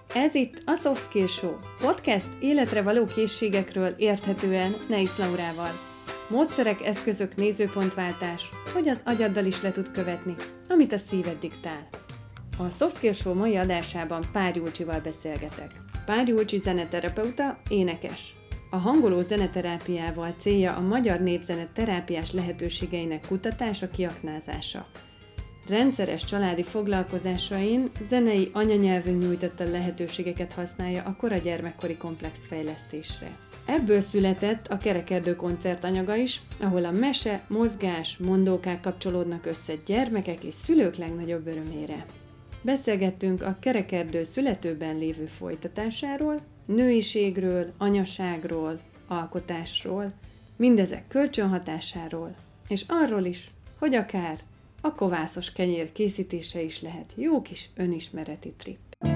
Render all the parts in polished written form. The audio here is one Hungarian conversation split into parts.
Ez itt a Soft Skills Show, podcast életre való készségekről érthetően Neis Laurával. Módszerek, eszközök, nézőpontváltás, hogy az agyaddal is le tud követni, amit a szíved diktál. A Soft Skills Show mai adásában Pár Julcsival beszélgetek. Pár Julcsi zeneterapeuta, énekes. A hangoló zeneterápiával célja a magyar népzene terápiás lehetőségeinek kutatása, kiaknázása. Rendszeres családi foglalkozásain zenei anyanyelvűn nyújtotta lehetőségeket használja a kora gyermekkori komplex fejlesztésre. Ebből született a Kerekerdő koncert anyaga is, ahol a mese, mozgás, mondókák kapcsolódnak össze gyermekek és szülők legnagyobb örömére. Beszélgettünk a Kerekerdő születőben lévő folytatásáról, nőiségről, anyaságról, alkotásról, mindezek kölcsönhatásáról, és arról is, hogy akár a kovászos kenyér készítése is lehet jó kis önismereti trip.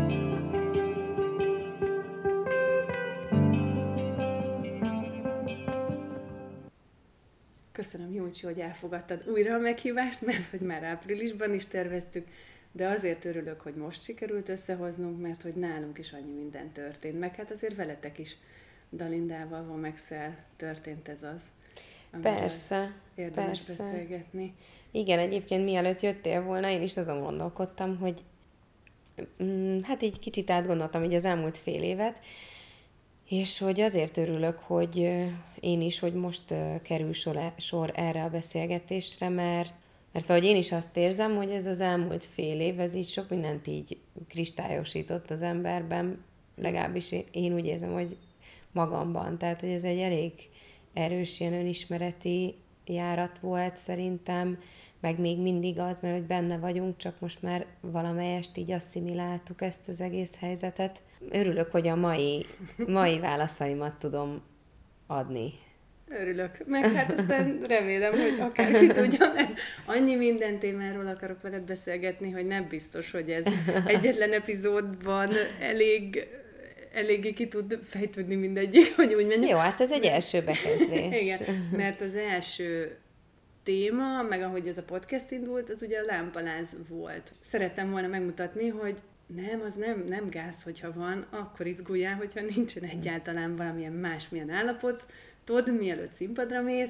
Köszönöm, Julcsi, hogy elfogadtad újra a meghívást, mert hogy már áprilisban is terveztük, de azért örülök, hogy most sikerült összehoznunk, mert hogy nálunk is annyi minden történt, meg hát azért veletek is Dalindával, Vomexel történt ez az, Persze, érdemes beszélgetni. Igen, egyébként mielőtt jöttél volna, én is azon gondolkodtam, hogy hát így kicsit átgondoltam így az elmúlt fél évet, és hogy azért örülök, hogy én is, hogy most kerül sor erre a beszélgetésre, mert valahogy én is azt érzem, hogy ez az elmúlt fél év, ez így sok mindent így kristályosított az emberben, legalábbis én úgy érzem, hogy magamban. Tehát, hogy ez egy elég erős ilyen önismereti járat volt szerintem, meg még mindig az, mert hogy benne vagyunk, csak most már valamelyest így asszimiláltuk ezt az egész helyzetet. Örülök, hogy a mai válaszaimat tudom adni. Örülök, meg hát aztán remélem, hogy akárki tudja, mert annyi minden témáról akarok veled beszélgetni, hogy nem biztos, hogy ez egyetlen epizódban eléggé ki tud fejtődni mindegyik, hogy úgy mondjam. Jó, hát ez egy első bekezdés. Igen, mert az első téma, meg ahogy ez a podcast indult, az ugye a lámpaláz volt. Szerettem volna megmutatni, hogy az nem gáz, hogyha van, akkor izguljál, hogyha nincsen egyáltalán valamilyen másmilyen állapotod, mielőtt színpadra mész.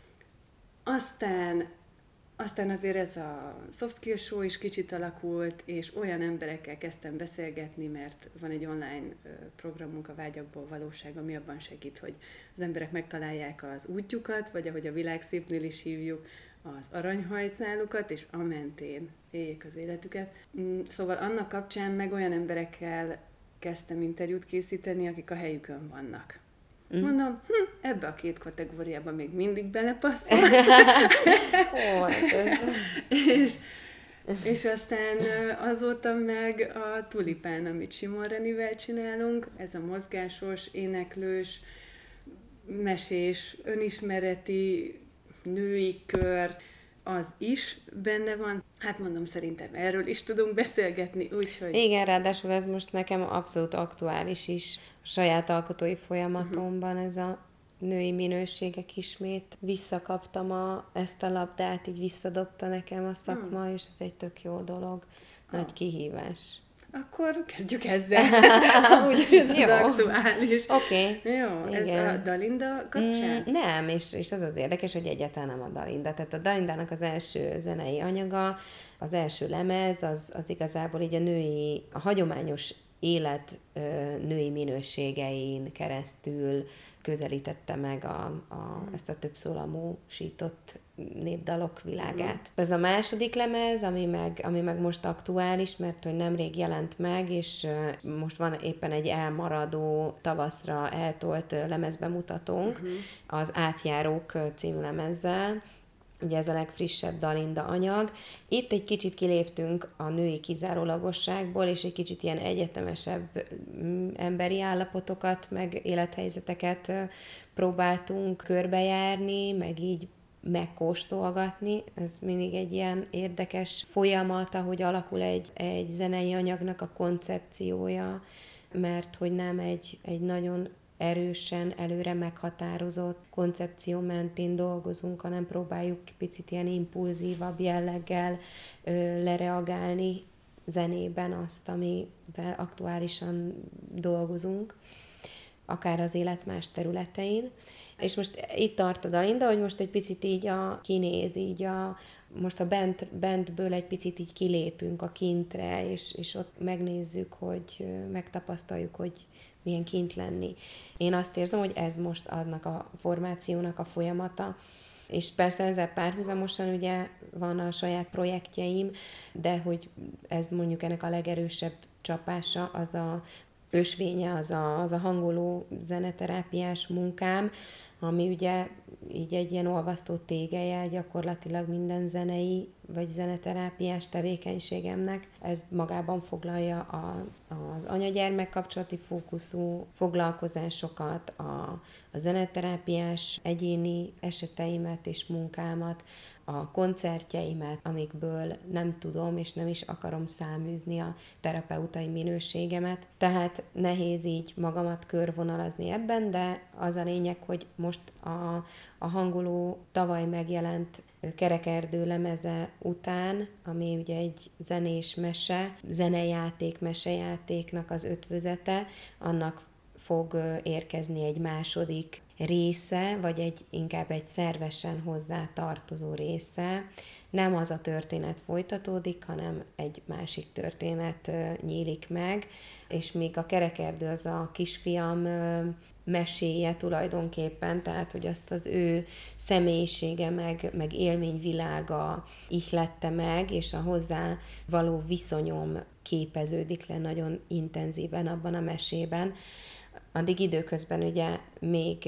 Aztán azért ez a Soft Skills Show is kicsit alakult, és olyan emberekkel kezdtem beszélgetni, mert van egy online programunk, a Vágyakból valóság, ami abban segít, hogy az emberek megtalálják az útjukat, vagy ahogy a Világszépnél is hívjuk, az aranyhajszálukat, és amentén éljék az életüket. Szóval annak kapcsán meg olyan emberekkel kezdtem interjút készíteni, akik a helyükön vannak. Mondom, ebbe a két kategóriába még mindig belepasszol. És aztán azóta meg a Tulipán, amit Simon Renivel csinálunk, ez a mozgásos, éneklős, mesés, önismereti, női kör, az is benne van. Hát mondom, szerintem erről is tudunk beszélgetni, úgyhogy... Igen, ráadásul ez most nekem abszolút aktuális is. A saját alkotói folyamatomban ez a női minőségek ismét. Visszakaptam ezt a labdát, így visszadobta nekem a szakma, és ez egy tök jó dolog. Nagy kihívás. Akkor kezdjük ezzel. Úgyis ez az aktuális. Oké. Jó, ez igen. A Dalinda kapcsán? Nem, és az az érdekes, hogy egyáltalán nem a Dalinda. Tehát a Dalindának az első zenei anyaga, az első lemez, az igazából így a hagyományos élet női minőségein keresztül közelítette meg ezt a többszólamúsított népdalok világát. Ez a második lemez, ami meg most aktuális, mert hogy nemrég jelent meg, és most van éppen egy elmaradó, tavaszra eltolt lemezbemutatónk, az Átjárók című lemezzel. Ugye ez a legfrissebb Dalinda anyag. Itt egy kicsit kiléptünk a női kizárólagosságból, és egy kicsit ilyen egyetemesebb emberi állapotokat, meg élethelyzeteket próbáltunk körbejárni, meg így megkóstolgatni. Ez mindig egy ilyen érdekes folyamat, ahogy alakul egy zenei anyagnak a koncepciója, mert hogy nem egy nagyon erősen, előre meghatározott koncepció mentén dolgozunk, hanem próbáljuk picit ilyen impulzívabb jelleggel lereagálni zenében azt, amivel aktuálisan dolgozunk, akár az élet más területein. És most itt tart a Dalinda, hogy most egy picit így kinéz, most a bentből egy picit így kilépünk a kintre, és ott megnézzük, hogy megtapasztaljuk, hogy milyen kint lenni. Én azt érzem, hogy ez most annak a formációnak a folyamata, és persze ezzel párhuzamosan ugye van a saját projektjeim, de hogy ez mondjuk ennek a legerősebb csapása, az a ösvénye, az a hangoló zeneterápiás munkám, ami ugye így egy ilyen olvasztó tégelye gyakorlatilag minden zenei vagy zeneterápiás tevékenységemnek. Ez magában foglalja az anya-gyermek kapcsolati fókuszú foglalkozásokat, a zeneterápiás egyéni eseteimet és munkámat, a koncertjeimet, amikből nem tudom és nem is akarom száműzni a terapeutai minőségemet. Tehát nehéz így magamat körvonalazni ebben, de az a lényeg, hogy most a hangoló tavaly megjelent Kerekerdő lemeze után, ami ugye egy zenés mese, zenejáték, mesejátéknak az ötvözete, annak fog érkezni egy második része, vagy inkább egy szervesen hozzá tartozó része. Nem az a történet folytatódik, hanem egy másik történet nyílik meg, és még a Kerekerdő az a kisfiam meséje tulajdonképpen, tehát hogy azt az ő személyisége, meg élményvilága ihlette meg, és a hozzá való viszonyom képeződik le nagyon intenzíven abban a mesében. Addig időközben ugye még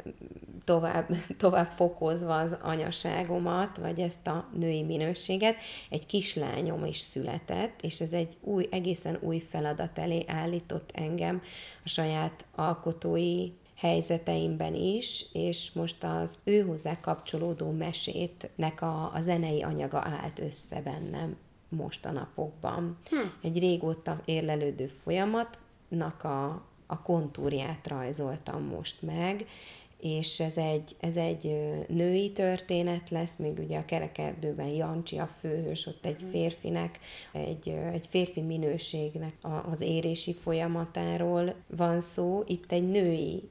tovább fokozva az anyaságomat, vagy ezt a női minőséget, egy kislányom is született, és ez egy egészen új feladat elé állított engem a saját alkotói helyzeteimben is, és most az ő hozzá kapcsolódó mesétnek a zenei anyaga állt össze bennem most a napokban. Egy régóta érlelődő folyamatnak a kontúrját rajzoltam most meg, és ez egy női történet lesz, még ugye a Kerekerdőben Jancsi a főhős, ott egy férfinek, egy férfi minőségnek az érési folyamatáról van szó. Itt egy női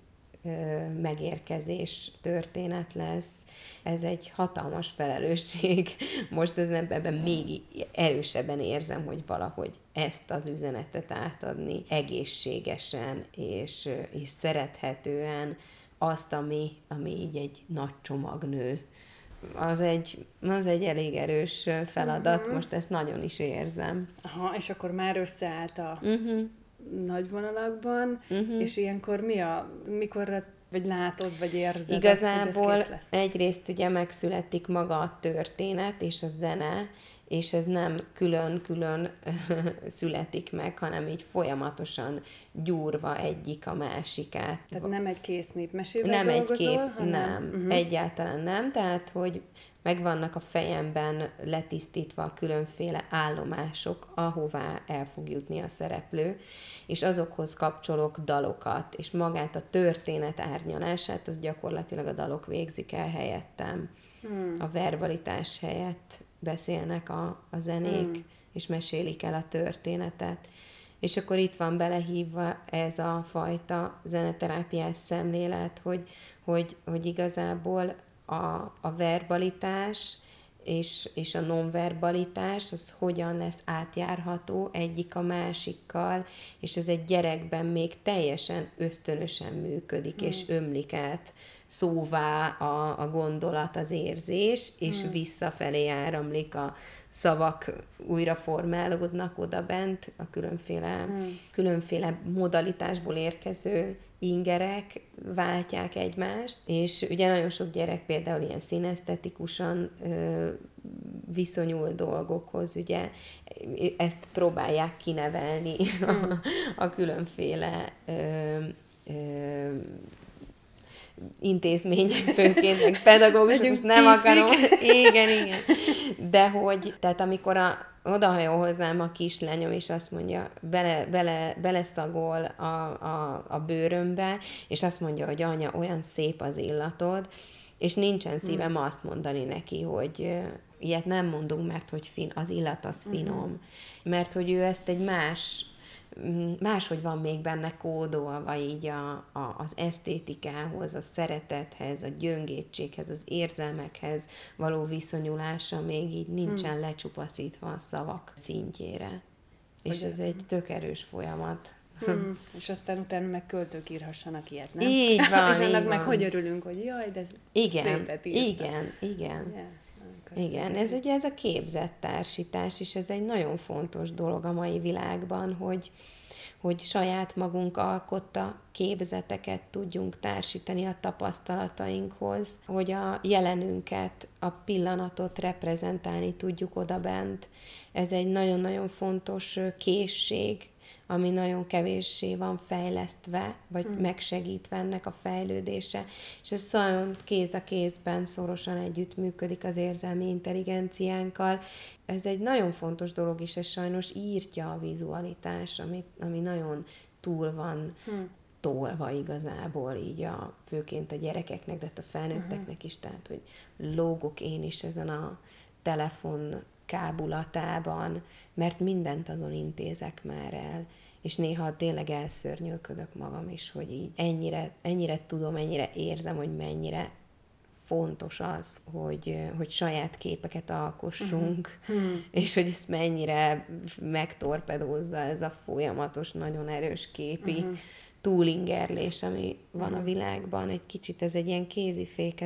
megérkezés történet lesz. Ez egy hatalmas felelősség. Most ebben még erősebben érzem, hogy valahogy ezt az üzenetet átadni egészségesen és szerethetően, azt, ami így egy nagy csomagnő. Az egy elég erős feladat, most ezt nagyon is érzem. Aha, és akkor már összeállt a nagy vonalakban, és ilyenkor mikorra vagy látod, vagy érzed igazából azt, hogy ez kész lesz? Egyrészt ugye megszületik maga a történet és a zene, és ez nem külön-külön születik meg, hanem így folyamatosan gyúrva egyik a másikát. Tehát nem egy kész népmesével dolgozol, nem, egyáltalán nem, tehát hogy megvannak a fejemben letisztítva a különféle állomások, ahová el fog jutni a szereplő, és azokhoz kapcsolok dalokat, és magát a történet árnyalását, az gyakorlatilag a dalok végzik el helyettem. A verbalitás helyett beszélnek a zenék, és mesélik el a történetet. És akkor itt van belehívva ez a fajta zeneterápiás szemlélet, hogy igazából a verbalitás és a nonverbalitás, az hogyan lesz átjárható egyik a másikkal, és ez egy gyerekben még teljesen ösztönösen működik, és ömlik át szóvá a gondolat, az érzés, és visszafelé áramlik a szavak, újra formálódnak odabent, a különféle modalitásból érkező ingerek váltják egymást, és ugye nagyon sok gyerek például ilyen szinesztetikusan viszonyul dolgokhoz, ugye ezt próbálják kinevelni a különféle intézmények, főként, pedagógusok, most nem akarom. Igen. De hogy, tehát amikor odahajol hozzám a kislányom, és azt mondja, beleszagol a bőrömbe, és azt mondja, hogy anya, olyan szép az illatod, és nincsen szívem azt mondani neki, hogy ilyet nem mondunk, mert hogy az illat az finom, mert hogy ő ezt egy máshogy van még benne kódolva így az esztétikához, a szeretethez, a gyöngétséghez, az érzelmekhez való viszonyulása még így nincsen lecsupaszítva a szavak szintjére. És ez egy tök erős folyamat. És aztán utána meg költők írhassanak ilyet, nem? Így van, és annak így meg van. hogy örülünk, hogy jaj, de szépet írtam. Igen, ez ugye ez a képzett társítás, és ez egy nagyon fontos dolog a mai világban, hogy saját magunk alkotta képzeteket tudjunk társítani a tapasztalatainkhoz, hogy a jelenünket, a pillanatot reprezentálni tudjuk odabent. Ez egy nagyon-nagyon fontos készség, ami nagyon kevéssé van fejlesztve, vagy megsegítve ennek a fejlődése. És ez nagyon kéz a kézben szorosan együttműködik az érzelmi intelligenciánkkal. Ez egy nagyon fontos dolog is, ez sajnos írtja a vizualitás, ami nagyon túl van tolva igazából, így főként a gyerekeknek, de a felnőtteknek is, tehát, hogy lógok én is ezen a telefon kábulatában, mert mindent azon intézek már el, és néha tényleg elszörnyűködök magam is, hogy így ennyire tudom, ennyire érzem, hogy mennyire fontos az, hogy saját képeket alkossunk, és hogy ezt mennyire megtorpedózza ez a folyamatos, nagyon erős képi túlingerlés, ami van a világban. Egy kicsit ez egy ilyen kézifék,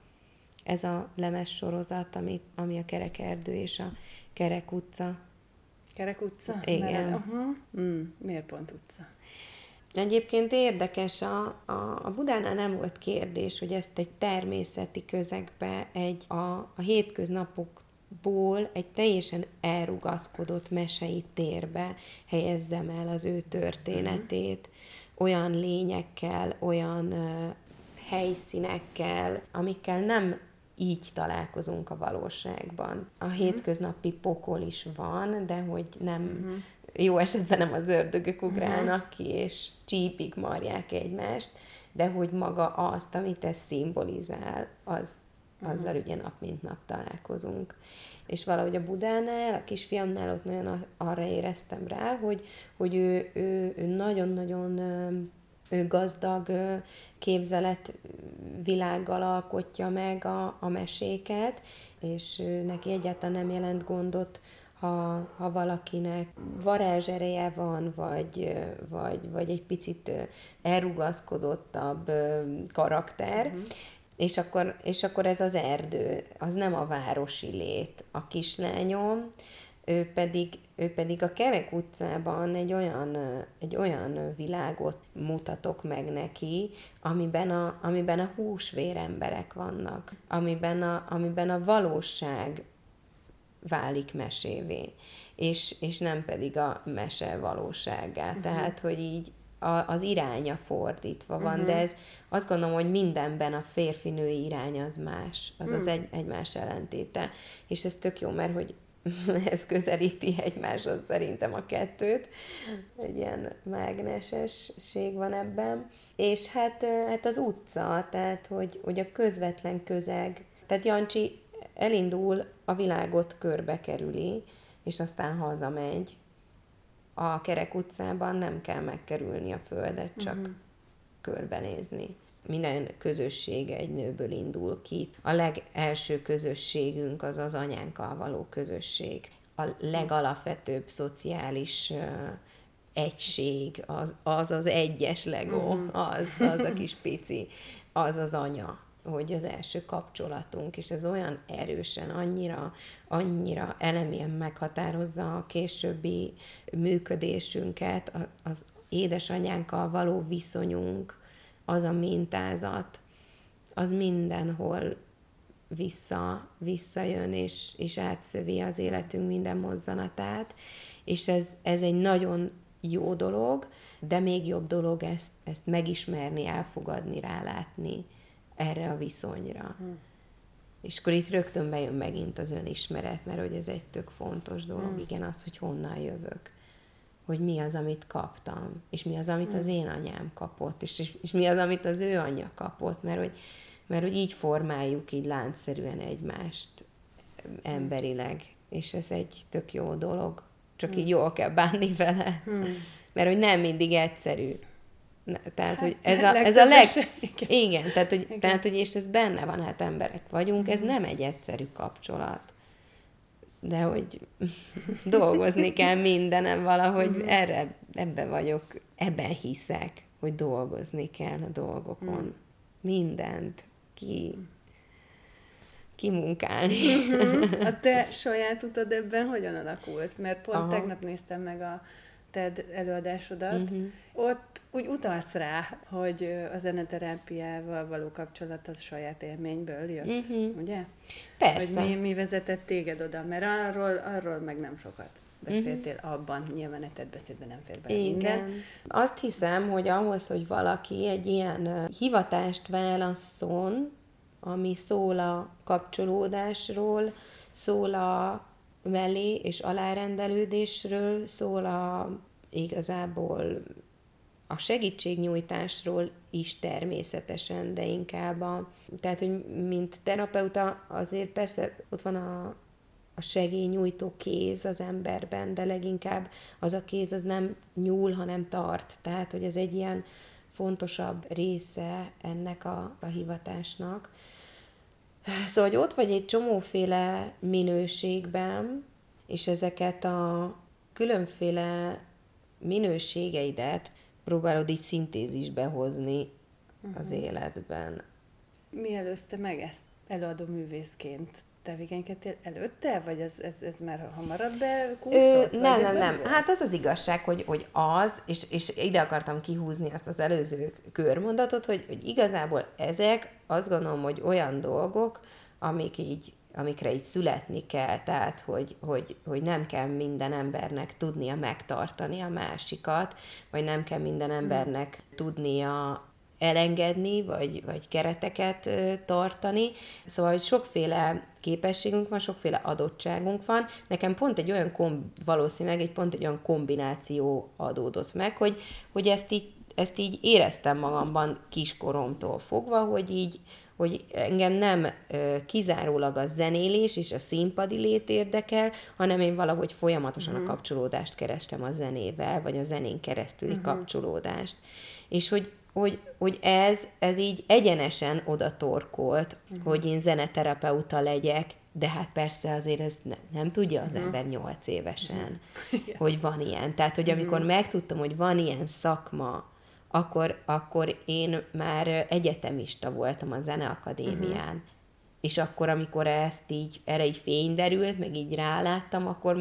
ez a lemez sorozat, ami a Kerek Erdő és a Kerek utca. Kerek utca? Igen. Miért pont utca? Egyébként érdekes, a Budánál nem volt kérdés, hogy ezt egy természeti közegbe, a hétköznapokból egy teljesen elrugaszkodott mesei térbe helyezzem el az ő történetét, olyan lényekkel, olyan helyszínekkel, amikkel nem így találkozunk a valóságban. A hétköznapi pokol is van, de hogy nem, jó esetben nem az ördögök ugrálnak ki, és csípig marják egymást, de hogy maga azt, amit ez szimbolizál, azzal ugye nap mint nap találkozunk. És valahogy a Budánál, a kisfiamnál ott nagyon arra éreztem rá, hogy ő nagyon-nagyon gazdag képzeletvilággal alkotja meg a meséket, és neki egyáltalán nem jelent gondot, ha valakinek varázsereje van, vagy egy picit elrugaszkodottabb karakter, és akkor ez az erdő, az nem a városi lét. A kislányom, ő pedig a Kerek utcában egy olyan világot mutatok meg neki, amiben a húsvér emberek vannak, amiben a valóság válik mesévé, és nem pedig a mese valóságá. Tehát, hogy így az iránya fordítva van, de ez azt gondolom, hogy mindenben a férfi-női irány az más, az egymás ellentéte. És ez tök jó, mert hogy ez közelíti egymáshoz szerintem a kettőt. Egy ilyen mágnesesség van ebben. És hát az utca, tehát hogy a közvetlen közeg. Tehát Jancsi elindul, a világot körbe kerüli, és aztán hazamegy. A Kerek utcában nem kell megkerülni a földet, csak körbenézni. Minden közössége egy nőből indul ki. A legelső közösségünk az az anyánkkal való közösség. A legalapvetőbb szociális egység, az egyes Lego, az a kis pici, az az anya, hogy az első kapcsolatunk, és ez olyan erősen, annyira elemien meghatározza a későbbi működésünket, az édesanyánkkal való viszonyunk, az a mintázat, az mindenhol visszajön, és átszövi az életünk minden mozzanatát, és ez egy nagyon jó dolog, de még jobb dolog ezt megismerni, elfogadni, rálátni erre a viszonyra. És akkor itt rögtön bejön megint az önismeret, mert hogy ez egy tök fontos dolog, igen, az, hogy honnan jövök, hogy mi az, amit kaptam, és mi az, amit az én anyám kapott, és mi az, amit az ő anyja kapott, mert hogy így formáljuk így láncszerűen egymást. emberileg. És ez egy tök jó dolog. Csak így jól kell bánni vele. Mert hogy nem mindig egyszerű. Tehát, hogy ez a igen, tehát, hogy és ez benne van, hát emberek vagyunk, ez nem egy egyszerű kapcsolat. De hogy dolgozni kell mindenem valahogy, ebben vagyok, ebben hiszek, hogy dolgozni kell a dolgokon. Mindent kimunkálni. A te saját utad ebben hogyan alakult? Mert pont tegnap néztem meg a TED előadásodat. Ott úgy utalsz rá, hogy a zeneterápiával való kapcsolat az saját élményből jött, ugye? Persze. Hogy mi vezetett téged oda, mert arról meg nem sokat beszéltél abban, nyilván egy TED beszédben nem fér bele minden. Azt hiszem, hogy ahhoz, hogy valaki egy ilyen hivatást válasszon, ami szól a kapcsolódásról, szól a mellé és alárendelődésről, szól igazából a segítségnyújtásról is természetesen, de inkább tehát, hogy mint terapeuta azért persze ott van a segélynyújtó kéz az emberben, de leginkább az a kéz az nem nyúl, hanem tart. Tehát, hogy ez egy ilyen fontosabb része ennek a hivatásnak. Szóval, hogy ott vagy egy csomóféle minőségben, és ezeket a különféle minőségeidet próbálod így szintézisbe hozni az életben. Mi előzte meg ezt előadó művészként? Tevékenykedtél előtte, vagy ez már hamarabb bekúszott? Nem. Hát az az igazság, hogy az, és ide akartam kihúzni azt az előző körmondatot, hogy igazából ezek azt gondolom, hogy olyan dolgok, amikre így születni kell, tehát, hogy nem kell minden embernek tudnia megtartani a másikat, vagy nem kell minden embernek tudnia elengedni, vagy kereteket tartani. Szóval, hogy sokféle képességünk van, sokféle adottságunk van. Nekem pont egy olyan valószínűleg pont egy olyan kombináció adódott meg, hogy ezt így éreztem magamban kiskoromtól fogva, hogy engem nem kizárólag a zenélés és a színpadi lét érdekel, hanem én valahogy folyamatosan a kapcsolódást kerestem a zenével, vagy a zenén keresztüli kapcsolódást. És hogy ez így egyenesen oda torkolt, hogy én zeneterapeuta legyek, de hát persze azért ez nem tudja az ember 8 évesen, hogy van ilyen. Tehát, hogy amikor megtudtam, hogy van ilyen szakma, akkor én már egyetemista voltam a Zeneakadémián. És akkor, amikor erre így fény derült, meg így ráláttam, akkor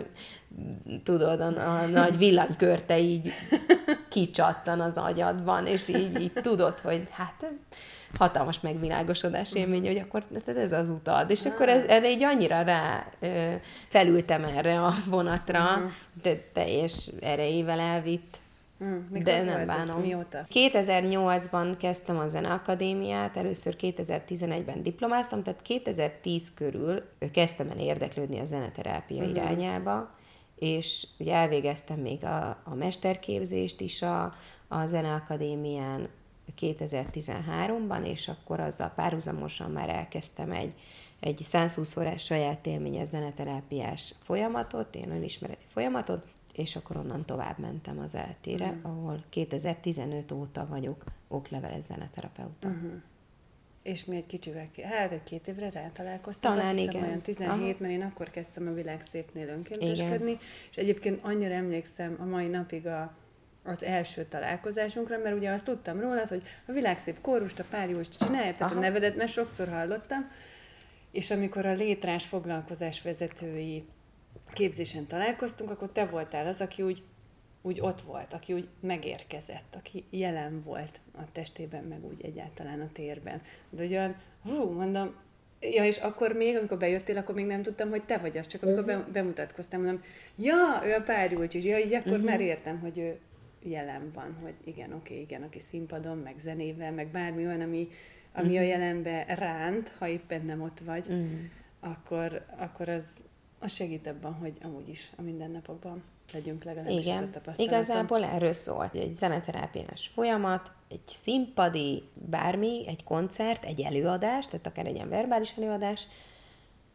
tudod, a nagy villanykörte így kicsattan az agyadban, és így tudod, hogy hát hatalmas megvilágosodás élmény, hogy akkor ez az utad. És akkor erre így annyira felültem erre a vonatra, de teljes erejével elvitt. De nem bánom. Mióta? 2008-ban kezdtem a Zeneakadémiát, először 2011-ben diplomáztam, tehát 2010 körül kezdtem el érdeklődni a zeneterápia irányába, és ugye elvégeztem még a mesterképzést is a Zeneakadémián 2013-ban, és akkor azzal párhuzamosan már elkezdtem egy 120 órás saját élményes zeneterápiás folyamatot, ilyen önismereti folyamatot, és akkor onnan tovább mentem az ELTE-re, ahol 2015 óta vagyok okleveles zeneterapeuta. És mi egy kicsivel, egy 2 évre rátalálkoztam. Talán igen. igen. Olyan 17, mert én akkor kezdtem a Világszépnél önkénteskedni, és egyébként annyira emlékszem a mai napig az első találkozásunkra, mert ugye azt tudtam rólad, hogy a Világszép kórust, a párjust csinálja, tehát a nevedet, mert sokszor hallottam, és amikor a létrás foglalkozásvezetői képzésen találkoztunk, akkor te voltál az, aki úgy ott volt, aki úgy megérkezett, aki jelen volt a testében, meg úgy egyáltalán a térben. De ugyan, mondom, ja, és akkor még, amikor bejöttél, akkor még nem tudtam, hogy te vagy az, csak amikor bemutatkoztam, mondom, ja, ő a párjulcs is, ja, így akkor már értem, hogy ő jelen van, hogy igen, aki színpadon, meg zenével, meg bármi olyan, ami a jelenbe ránt, ha éppen nem ott vagy, akkor az segít abban, hogy amúgy is a mindennapokban legyünk legalábbis ez a tapasztalatom. Igazából erről szól, hogy egy zeneterápiás folyamat, egy színpadi bármi, egy koncert, egy előadás, tehát akár egy ilyen verbális előadás,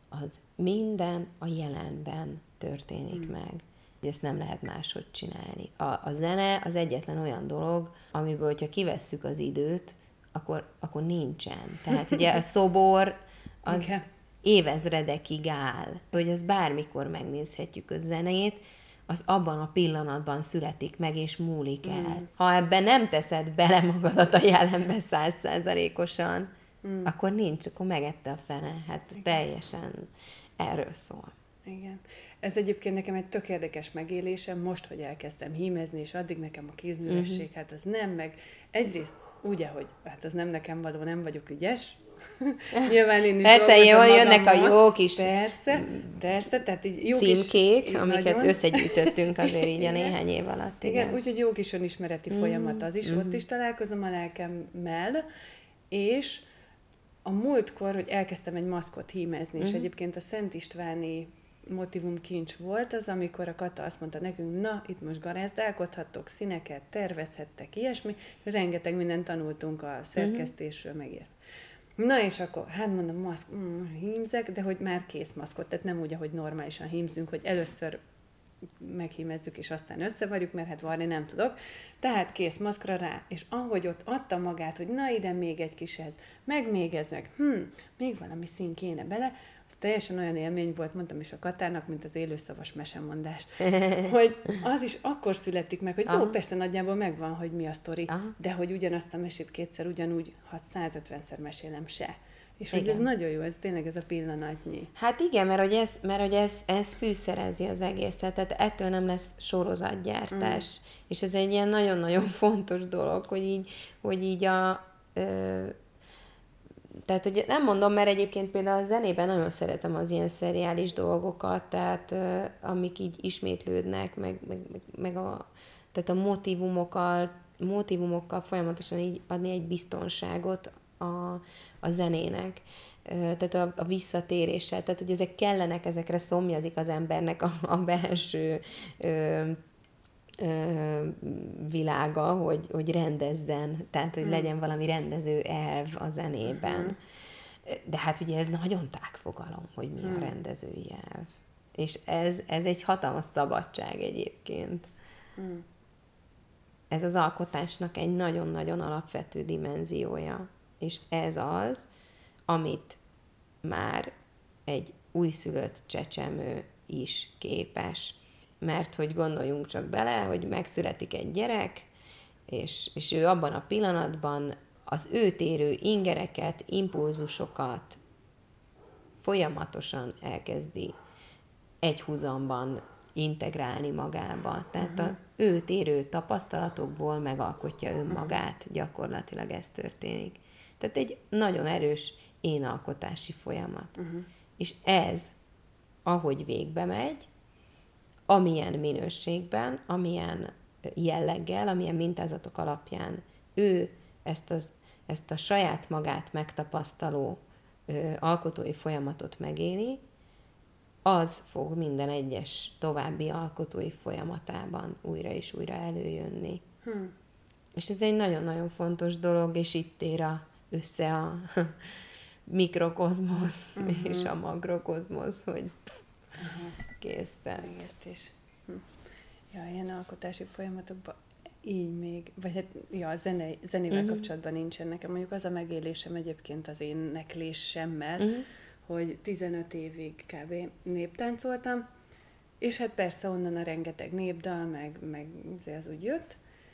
az minden a jelenben történik meg. Ezt nem lehet máshogy csinálni. A zene az egyetlen olyan dolog, amiből, hogyha kivesszük az időt, akkor nincsen. Tehát ugye a szobor az évezredekig áll. Hogy az bármikor megnézhetjük a zenét, az abban a pillanatban születik meg, és múlik el. Ha ebben nem teszed bele magadat a jelenbe 100%-osan, akkor nincs, akkor megette a fene. Hát teljesen erről szól. Igen. Ez egyébként nekem egy tök érdekes megélésem, most, hogy elkezdtem hímezni, és addig nekem a kézművesség, hát az nem, meg egyrészt úgy, hogy hát az nem nekem való, nem vagyok ügyes. Nyilván én is persze, jönnek a jó kis persze, tehát így jó címkék, kis, amiket nagyon összegyűjtöttünk azért így a néhány év alatt. Igen, úgyhogy jó kis önismereti folyamat az is, ott is találkozom a lelkemmel, és a múltkor, hogy elkezdtem egy maszkot hímezni, és egyébként a Szent Istváni motivum kincs volt az, amikor a Kata azt mondta nekünk, na, itt most garázdálkodhattok, színeket tervezhettek, ilyesmi, rengeteg mindent tanultunk a szerkesztésről, megért. Na és akkor, hát mondom, maszk, hímzek, de hogy már kész maszkot, tehát nem úgy, ahogy normálisan hímzünk, hogy először meghímezzük, és aztán összevarjuk, mert hát varni nem tudok. Tehát kész maszkra rá, és ahogy ott adta magát, hogy na ide még egy kis ez, meg még ezek, még valami szín kéne bele, az teljesen olyan élmény volt, mondtam is a Katának, mint az élőszavas mesemondás, hogy az is akkor születik meg, hogy jó, persze nagyjából megvan, hogy mi a sztori, de hogy ugyanazt a mesét kétszer ugyanúgy, ha 150-szer mesélem se. És hogy ez nagyon jó, ez tényleg ez a pillanatnyi. Hát igen, mert hogy ez fűszerezi az egészet, tehát ettől nem lesz sorozatgyártás. És ez egy ilyen nagyon-nagyon fontos dolog, hogy így tehát, hogy nem mondom, mert egyébként például a zenében nagyon szeretem az ilyen szeriális dolgokat, tehát amik így ismétlődnek, tehát a motivumokkal folyamatosan így adni egy biztonságot a zenének, tehát a visszatéréssel, tehát hogy ezek kellenek, ezekre szomjazik az embernek a belső világa, hogy rendezzen, tehát hogy legyen valami rendező elv a zenében. De hát ugye ez nagyon tág fogalom, hogy mi a rendezői elv. És ez egy hatalmas szabadság egyébként. Ez az alkotásnak egy nagyon-nagyon alapvető dimenziója. És ez az, amit már egy újszülött csecsemő is képes. Mert hogy gondoljunk csak bele, hogy megszületik egy gyerek, és ő abban a pillanatban az őt érő ingereket, impulzusokat folyamatosan elkezdi egyhuzamban integrálni magába. Tehát az őt érő tapasztalatokból megalkotja önmagát, gyakorlatilag ez történik. Tehát egy nagyon erős énalkotási folyamat. És ez, ahogy végbe megy, amilyen minőségben, amilyen jelleggel, amilyen mintázatok alapján ő ezt a saját magát megtapasztaló alkotói folyamatot megéli, az fog minden egyes további alkotói folyamatában újra és újra előjönni. És ez egy nagyon-nagyon fontos dolog, és itt ér össze a mikrokozmosz és a makrokozmosz, hogy kész. Megértés. Ja, ilyen alkotási folyamatokban így még, vagy hát ja, a zenével kapcsolatban nincsen nekem. Mondjuk az a megélésem egyébként az éneklésemmel, hogy 15 évig kb. Néptáncoltam, és hát persze onnan a rengeteg népdal, meg az úgy jött,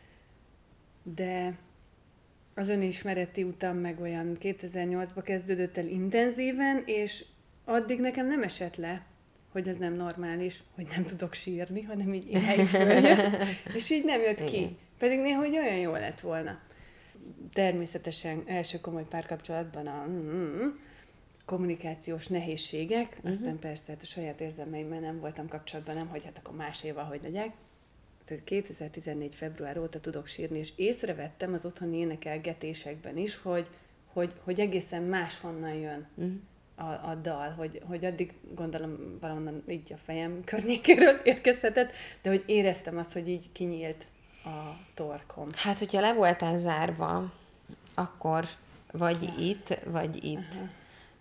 de az önismereti utam meg olyan 2008-ban kezdődött el intenzíven, és addig nekem nem esett le, hogy ez nem normális, hogy nem tudok sírni, hanem így helyig följött, és így nem jött ki. Pedig néha hogy olyan jó lett volna. Természetesen első komoly párkapcsolatban a kommunikációs nehézségek, aztán persze hát a saját érzelmeimmel nem voltam kapcsolatban, nem hagyhatok a máséval, hogy legyek. Tehát 2014. február óta tudok sírni, és észrevettem az otthoni énekelgetésekben is, hogy egészen máshonnan jön a dal, hogy addig gondolom valahonnan így a fejem környékéről érkezhetett, de hogy éreztem azt, hogy így kinyílt a torkom. Hát, hogyha le voltál zárva, akkor vagy itt, vagy itt.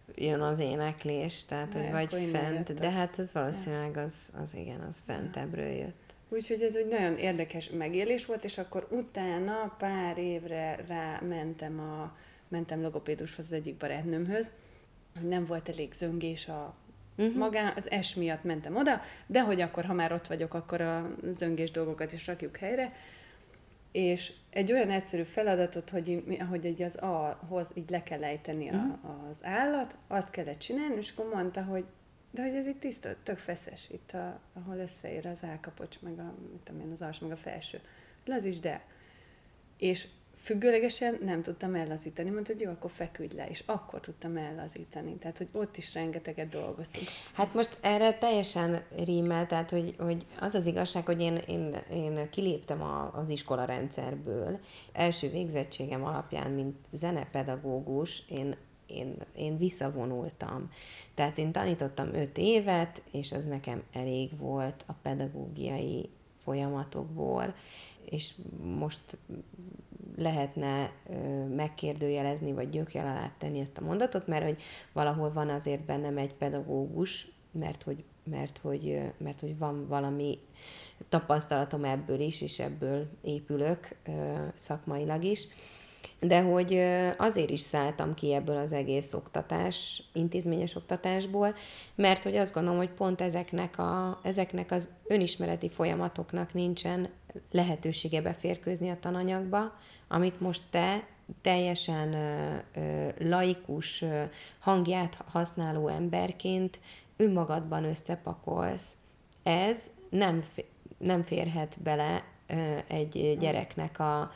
jön az éneklés, tehát hogy vagy fent, de hát az valószínűleg az igen, az fentebbről jött. Úgyhogy ez egy nagyon érdekes megélés volt, és akkor utána pár évre mentem logopédushoz az egyik barátnőmhöz, hogy nem volt elég zöngés az es miatt mentem oda, de hogy akkor, ha már ott vagyok, akkor a zöngés dolgokat is rakjuk helyre. És egy olyan egyszerű feladatot, hogy így az A-hoz így le kell ejteni az állat, azt kellett csinálni, és akkor mondta, hogy de hogy ez itt tiszta, tök feszes, itt ahol összeér az állkapocs, meg az alsó, meg a felső. Lazítsd el. És függőlegesen nem tudtam ellazítani, mondta, hogy jó, akkor feküdj le, és akkor tudtam ellazítani. Tehát, hogy ott is rengeteget dolgoztunk. Hát most erre teljesen rímmel, tehát, hogy az az igazság, hogy én kiléptem az iskola rendszerből. Első végzettségem alapján, mint zenepedagógus, én visszavonultam. Tehát én tanítottam 5 évet, és az nekem elég volt a pedagógiai folyamatokból, és most lehetne megkérdőjelezni, vagy gyökjel alá tenni ezt a mondatot, mert hogy valahol van azért bennem egy pedagógus, mert hogy van valami tapasztalatom ebből is, és ebből épülök szakmailag is. De hogy azért is szálltam ki ebből az egész intézményes oktatásból, mert hogy azt gondolom, hogy pont ezeknek az önismereti folyamatoknak nincsen lehetősége beférkőzni a tananyagba, amit most te teljesen laikus hangját használó emberként önmagadban összepakolsz. Ez nem férhet bele egy gyereknek a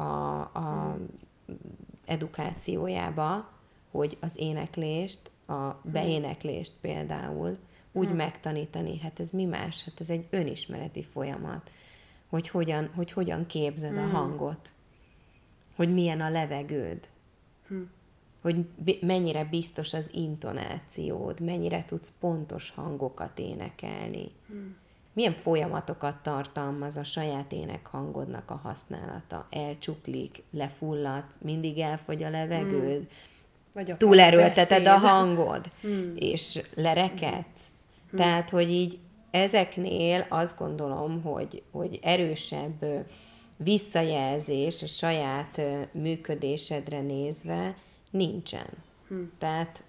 edukációjába, hogy az éneklést, a beéneklést például úgy megtanítani. Hát ez mi más? Hát ez egy önismereti folyamat. Hogy hogyan képzed a hangot. Hogy milyen a levegőd. Hogy mennyire biztos az intonációd. Mennyire tudsz pontos hangokat énekelni. Milyen folyamatokat tartalmaz a saját énekhangodnak a használata? Elcsuklik, lefulladsz, mindig elfogy a levegőd, túlerőlteted a hangod, és lerekedsz. Tehát, hogy így ezeknél azt gondolom, hogy erősebb visszajelzés a saját működésedre nézve nincsen. Tehát...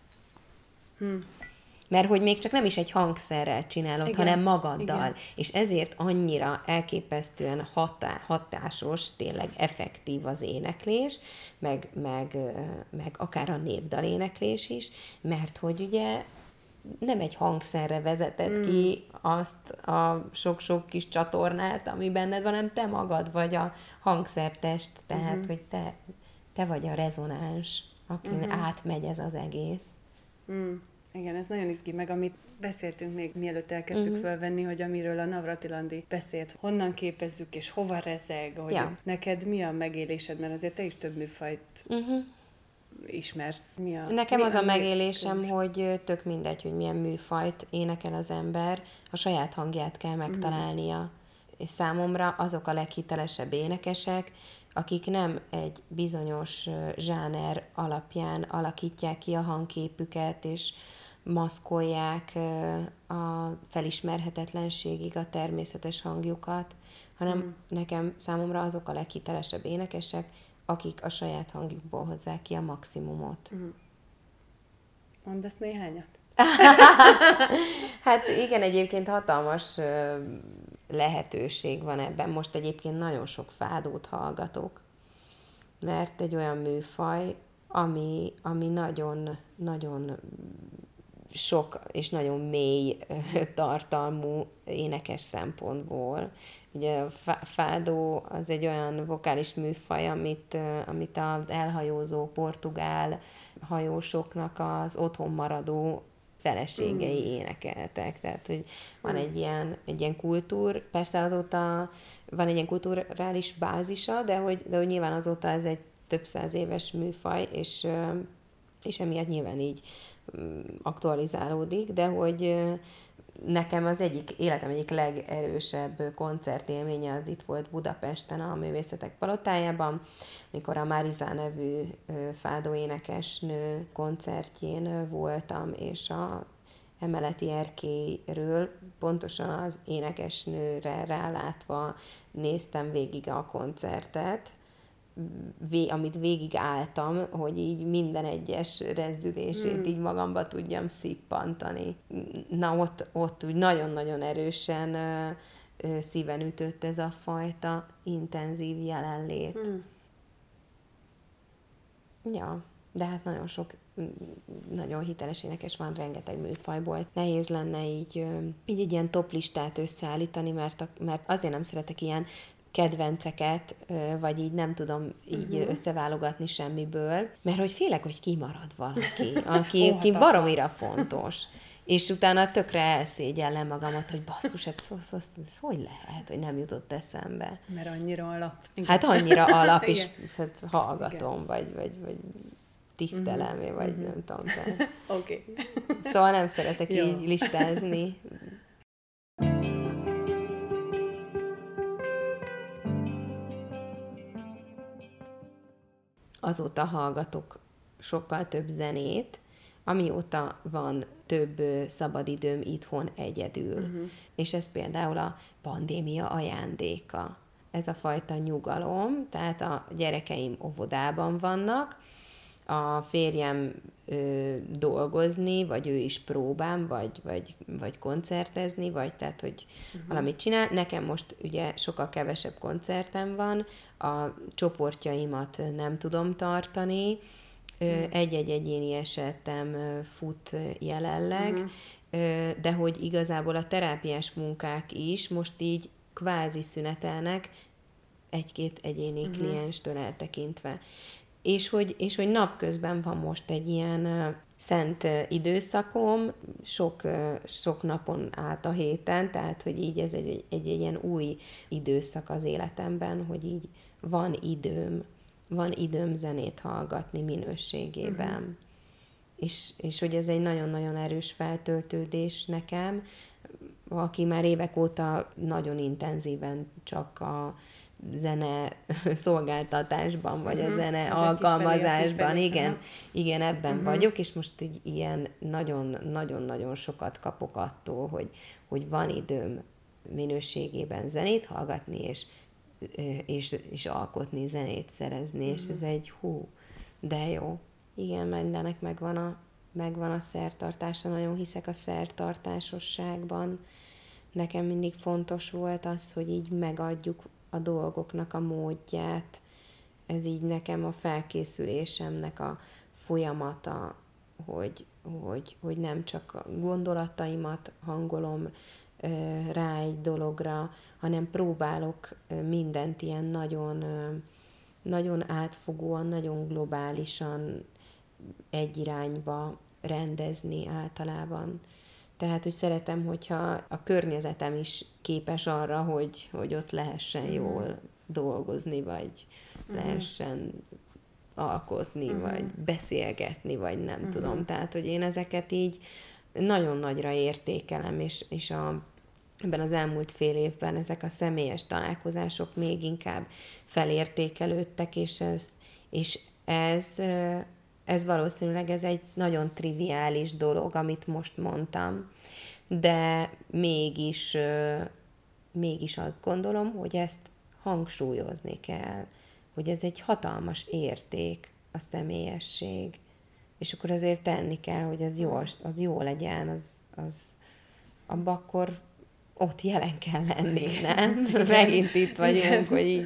Mert hogy még csak nem is egy hangszerrel csinálod, igen, hanem magaddal. Igen. És ezért annyira elképesztően hatásos, tényleg effektív az éneklés, meg akár a népdaléneklés is, mert hogy ugye nem egy hangszerre vezeted ki azt a sok-sok kis csatornát, ami benned van, hanem te magad vagy a hangszertest, tehát hogy te vagy a rezonáns, akin átmegy ez az egész. Igen, ez nagyon izgi, meg amit beszéltünk még mielőtt elkezdtük felvenni, hogy amiről a Navratilandi beszélt, honnan képezzük és hova rezeg, hogy neked mi a megélésed, mert azért te is több műfajt ismersz. Nekem az a megélésem, hogy tök mindegy, hogy milyen műfajt énekel az ember, a saját hangját kell megtalálnia. És számomra azok a leghitelesebb énekesek, akik nem egy bizonyos zsáner alapján alakítják ki a hangképüket, és maszkolják a felismerhetetlenségig a természetes hangjukat, hanem számomra azok a leghitelesebb énekesek, akik a saját hangjukból hozzák ki a maximumot. Mondasz néhányat? Hát igen, egyébként hatalmas lehetőség van ebben. Most egyébként nagyon sok fádót hallgatok, mert egy olyan műfaj, ami nagyon, nagyon sok és nagyon mély tartalmú énekes szempontból. Ugye a fádó az egy olyan vokális műfaj, amit az elhajózó portugál hajósoknak az otthon maradó feleségei énekeltek. Tehát, hogy van egy ilyen persze azóta van egy ilyen kulturális bázisa, de hogy nyilván azóta ez egy több száz éves műfaj, és emiatt nyilván így aktualizálódik, de hogy nekem az életem egyik legerősebb koncertélménye az itt volt Budapesten, a Művészetek Palotájában, mikor a Mariza nevű fádóénekesnő koncertjén voltam, és a emeleti erkélyről pontosan az énekesnőre rálátva néztem végig a koncertet, amit végig álltam, hogy így minden egyes rezdülését így magamba tudjam szippantani. Na ott úgy nagyon-nagyon erősen szíven ütött ez a fajta intenzív jelenlét. Ja, de hát nagyon sok nagyon hiteles énekes van, rengeteg műfajból. Nehéz lenne így egy ilyen top listát összeállítani, mert azért nem szeretek ilyen kedvenceket, vagy így nem tudom így összeválogatni semmiből, mert hogy félek, hogy kimarad valaki, aki baromira fontos. És utána tökre elszégyellem magamat, hogy basszus, hát ez hogy lehet, hogy nem jutott eszembe. Mert annyira alap. Igen. Hát annyira alap, és hát hallgatom, vagy tisztelem, vagy nem tudom. Oké. Szóval nem szeretek így listázni. Azóta hallgatok sokkal több zenét, amióta van több szabadidőm itthon egyedül. És ez például a pandémia ajándéka. Ez a fajta nyugalom, tehát a gyerekeim óvodában vannak, a férjem dolgozni, vagy ő is próbán, vagy koncertezni, vagy tehát, hogy valamit csinál. Nekem most ugye sokkal kevesebb koncertem van, a csoportjaimat nem tudom tartani, egy-egy egyéni esetem fut jelenleg, de hogy igazából a terápiás munkák is most így kvázi szünetelnek egy-két egyéni klienstől eltekintve. És hogy napközben van most egy ilyen szent időszakom, sok napon át a héten, tehát hogy így ez egy ilyen új időszak az életemben, hogy így van időm zenét hallgatni minőségében. És hogy ez egy nagyon-nagyon erős feltöltődés nekem, aki már évek óta nagyon intenzíven csak a zene szolgáltatásban, vagy a zene alkalmazásban, igen, ebben vagyok, és most így ilyen nagyon-nagyon sokat kapok attól, hogy van időm minőségében zenét hallgatni, és alkotni, zenét szerezni, és ez egy de jó. Igen, mindennek megvan a szertartása, nagyon hiszek a szertartásosságban. Nekem mindig fontos volt az, hogy így megadjuk a dolgoknak a módját. Ez így nekem a felkészülésemnek a folyamata, hogy nem csak a gondolataimat hangolom rá egy dologra, hanem próbálok mindent ilyen nagyon, nagyon átfogóan, nagyon globálisan egy irányba rendezni általában. Tehát, hogy szeretem, hogyha a környezetem is képes arra, hogy ott lehessen jól dolgozni, vagy lehessen alkotni, vagy beszélgetni, vagy nem tudom. Tehát, hogy én ezeket így nagyon nagyra értékelem, és ebben az elmúlt fél évben ezek a személyes találkozások még inkább felértékelődtek, és ez valószínűleg ez egy nagyon triviális dolog, amit most mondtam, de mégis azt gondolom, hogy ezt hangsúlyozni kell, hogy ez egy hatalmas érték, a személyesség, és akkor azért tenni kell, hogy az jó legyen, az abban akkor ott jelen kell lenni, nem? Megint itt vagyunk, hogy így...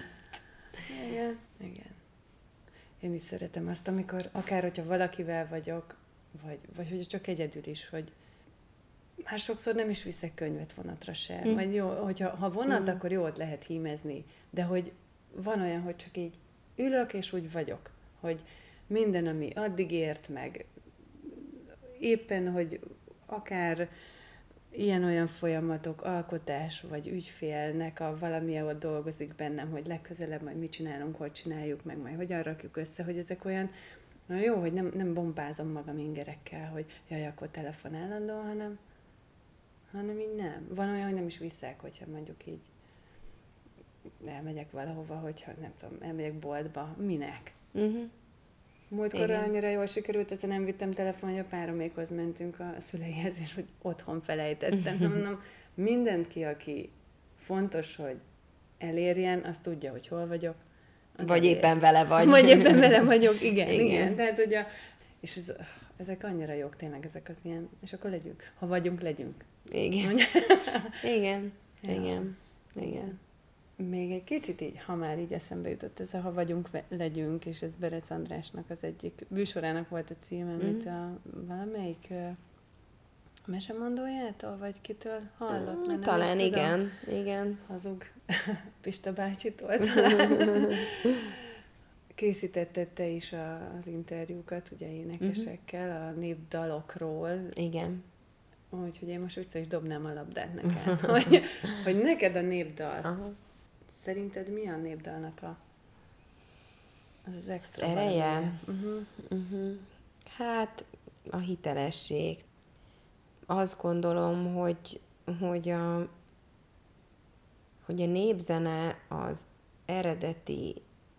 Igen. Én is szeretem azt, amikor akár, hogyha valakivel vagyok, vagy hogy csak egyedül is, hogy már sokszor nem is viszek könyvet vonatra se. Vagy jó, ha vonat, akkor jó, ott lehet hímezni. De hogy van olyan, hogy csak így ülök, és úgy vagyok. Hogy minden, ami addig ért meg, éppen, hogy akár ilyen-olyan folyamatok, alkotás, vagy ügyfélnek valami, ahol dolgozik bennem, hogy legközelebb majd mit csinálunk, hogy csináljuk meg, majd hogyan rakjuk össze, hogy ezek olyan, na jó, hogy nem bombázom magam ingerekkel, hogy jaj, akkor telefon állandó, hanem hanem így nem. Van olyan, hogy nem is visszák, hogyha mondjuk így elmegyek valahova, hogyha nem tudom, elmegyek boltba. Minek? Múltkor annyira jól sikerült, ezzel nem vittem telefon, hogy a páromékhoz mentünk a szüleihez, és hogy otthon felejtettem. Mondom, mindent ki, aki fontos, hogy elérjen, azt tudja, hogy hol vagyok. Vagy éppen vele vagy. Vagy éppen vele vagyok, igen. Tehát, hogy és ezek annyira jók tényleg, ezek az ilyen, és akkor legyünk. Ha vagyunk, legyünk. Igen. Igen. Még egy kicsit így, ha már így eszembe jutott ez a Ha vagyunk, legyünk, és ez Berec Andrásnak az egyik műsorának volt a címe, amit valamelyik mesemondójától, vagy kitől hallott? Mert talán igen. Hazug Pista bácsitól talán. Készítetted te is az interjúkat, ugye énekesekkel, a népdalokról. Igen. Úgyhogy én most vissza is dobnám a labdát neked. hogy neked a népdal. Aha. Szerinted mi a népdalnak az extra ereje? Hát a hitelesség. Azt gondolom, hogy a népzene az eredeti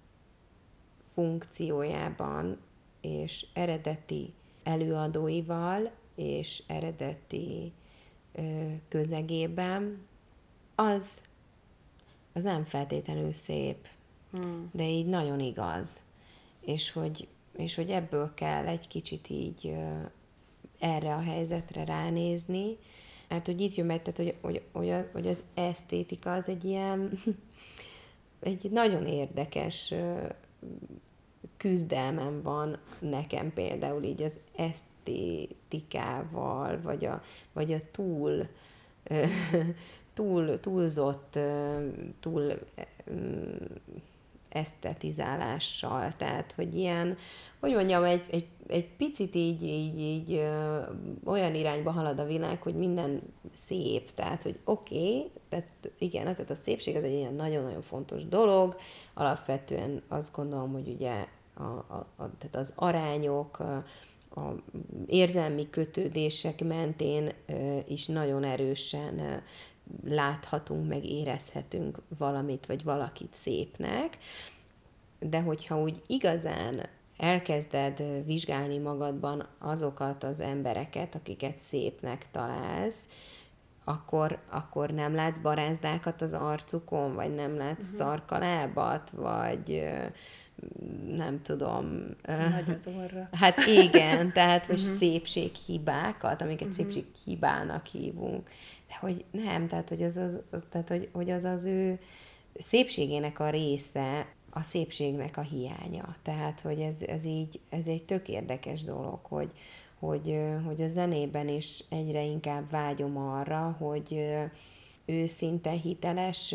funkciójában és eredeti előadóival és eredeti közegében az nem feltétlenül szép, de így nagyon igaz. És hogy ebből kell egy kicsit így erre a helyzetre ránézni. Hát, hogy itt jön meg, tehát, hogy az esztétika az egy ilyen, egy nagyon érdekes küzdelmem van nekem például így az esztétikával, vagy a túlzott, esztetizálással. Tehát, hogy ilyen, hogy mondjam, egy picit így olyan irányba halad a világ, hogy minden szép. Tehát, hogy oké, tehát igen, tehát a szépség az egy ilyen nagyon-nagyon fontos dolog. Alapvetően azt gondolom, hogy ugye tehát az arányok, a érzelmi kötődések mentén is nagyon erősen láthatunk, meg érezhetünk valamit, vagy valakit szépnek, de hogyha úgy igazán elkezded vizsgálni magadban azokat az embereket, akiket szépnek találsz, akkor nem látsz barázdákat az arcukon, vagy nem látsz szarkalábat, vagy nem tudom. Nagy az orra. Hát igen, tehát hogy szépséghibákat, amiket szépséghibának hívunk. De hogy nem, tehát hogy az az ő szépségének a része, a szépségnek a hiánya. Tehát, hogy ez egy tök érdekes dolog, hogy a zenében is egyre inkább vágyom arra, hogy őszinte, hiteles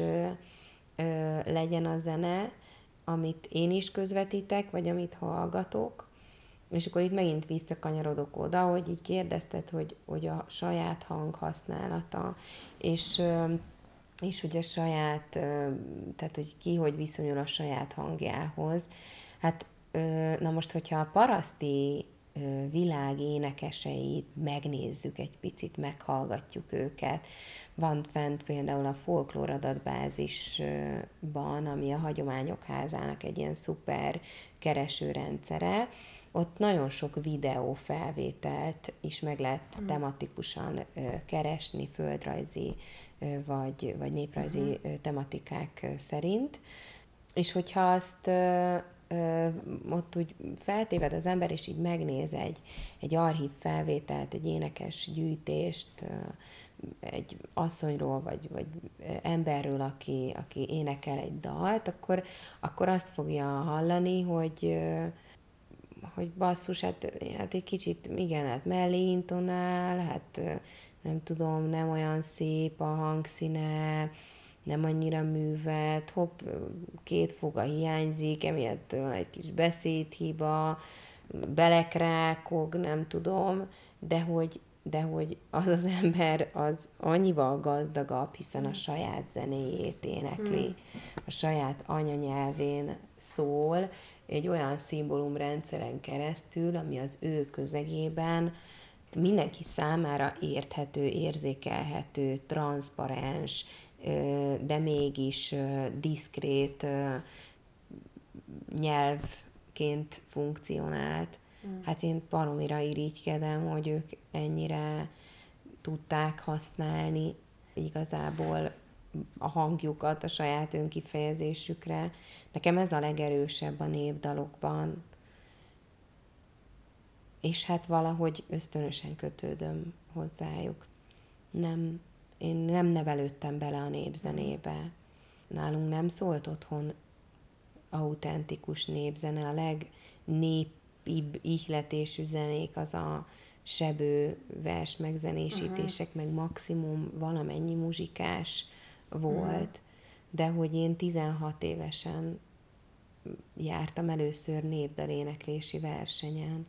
legyen a zene, amit én is közvetítek, vagy amit hallgatok. És akkor itt megint visszakanyarodok oda, hogy így kérdezted, hogy a saját hang használata, és hogy a saját, tehát hogy ki hogy viszonyul a saját hangjához. Hát, na most, hogyha a paraszti világ énekeseit megnézzük egy picit, meghallgatjuk őket. Van fent például a folklór adatbázisban, ami a Hagyományok Házának egy ilyen szuper keresőrendszere. Ott nagyon sok videófelvételt is meg lehet tematikusan keresni, földrajzi vagy néprajzi tematikák szerint. És hogyha azt ott úgy feltéved az ember, és így megnéz egy archív felvételt, egy énekes gyűjtést, egy asszonyról, vagy emberről, aki énekel egy dalt, akkor azt fogja hallani, hogy basszus, hát egy kicsit, igen, hát mellé intonál, hát nem tudom, nem olyan szép a hangszíne, nem annyira művelt, hopp, 2 foga hiányzik, emiatt van egy kis beszédhiba, belekrákog, nem tudom, de hogy az az ember az annyival gazdagabb, hiszen a saját zenéjét énekli, a saját anyanyelvén szól, egy olyan szimbólumrendszeren keresztül, ami az ő közegében mindenki számára érthető, érzékelhető, transzparens, de mégis diszkrét nyelvként funkcionált. Hát én baromira irigykedem, hogy ők ennyire tudták használni igazából a hangjukat a saját önkifejezésükre. Nekem ez a legerősebb a népdalokban. És hát valahogy ösztönösen kötődöm hozzájuk. Én nem nevelődtem bele a népzenébe. Nálunk nem szólt otthon autentikus népzene. A legnépibb ihletésű zenék az a sebő vers megzenésítések, meg maximum valamennyi muzsikás volt. De hogy én 16 évesen jártam először népdaléneklési versenyen.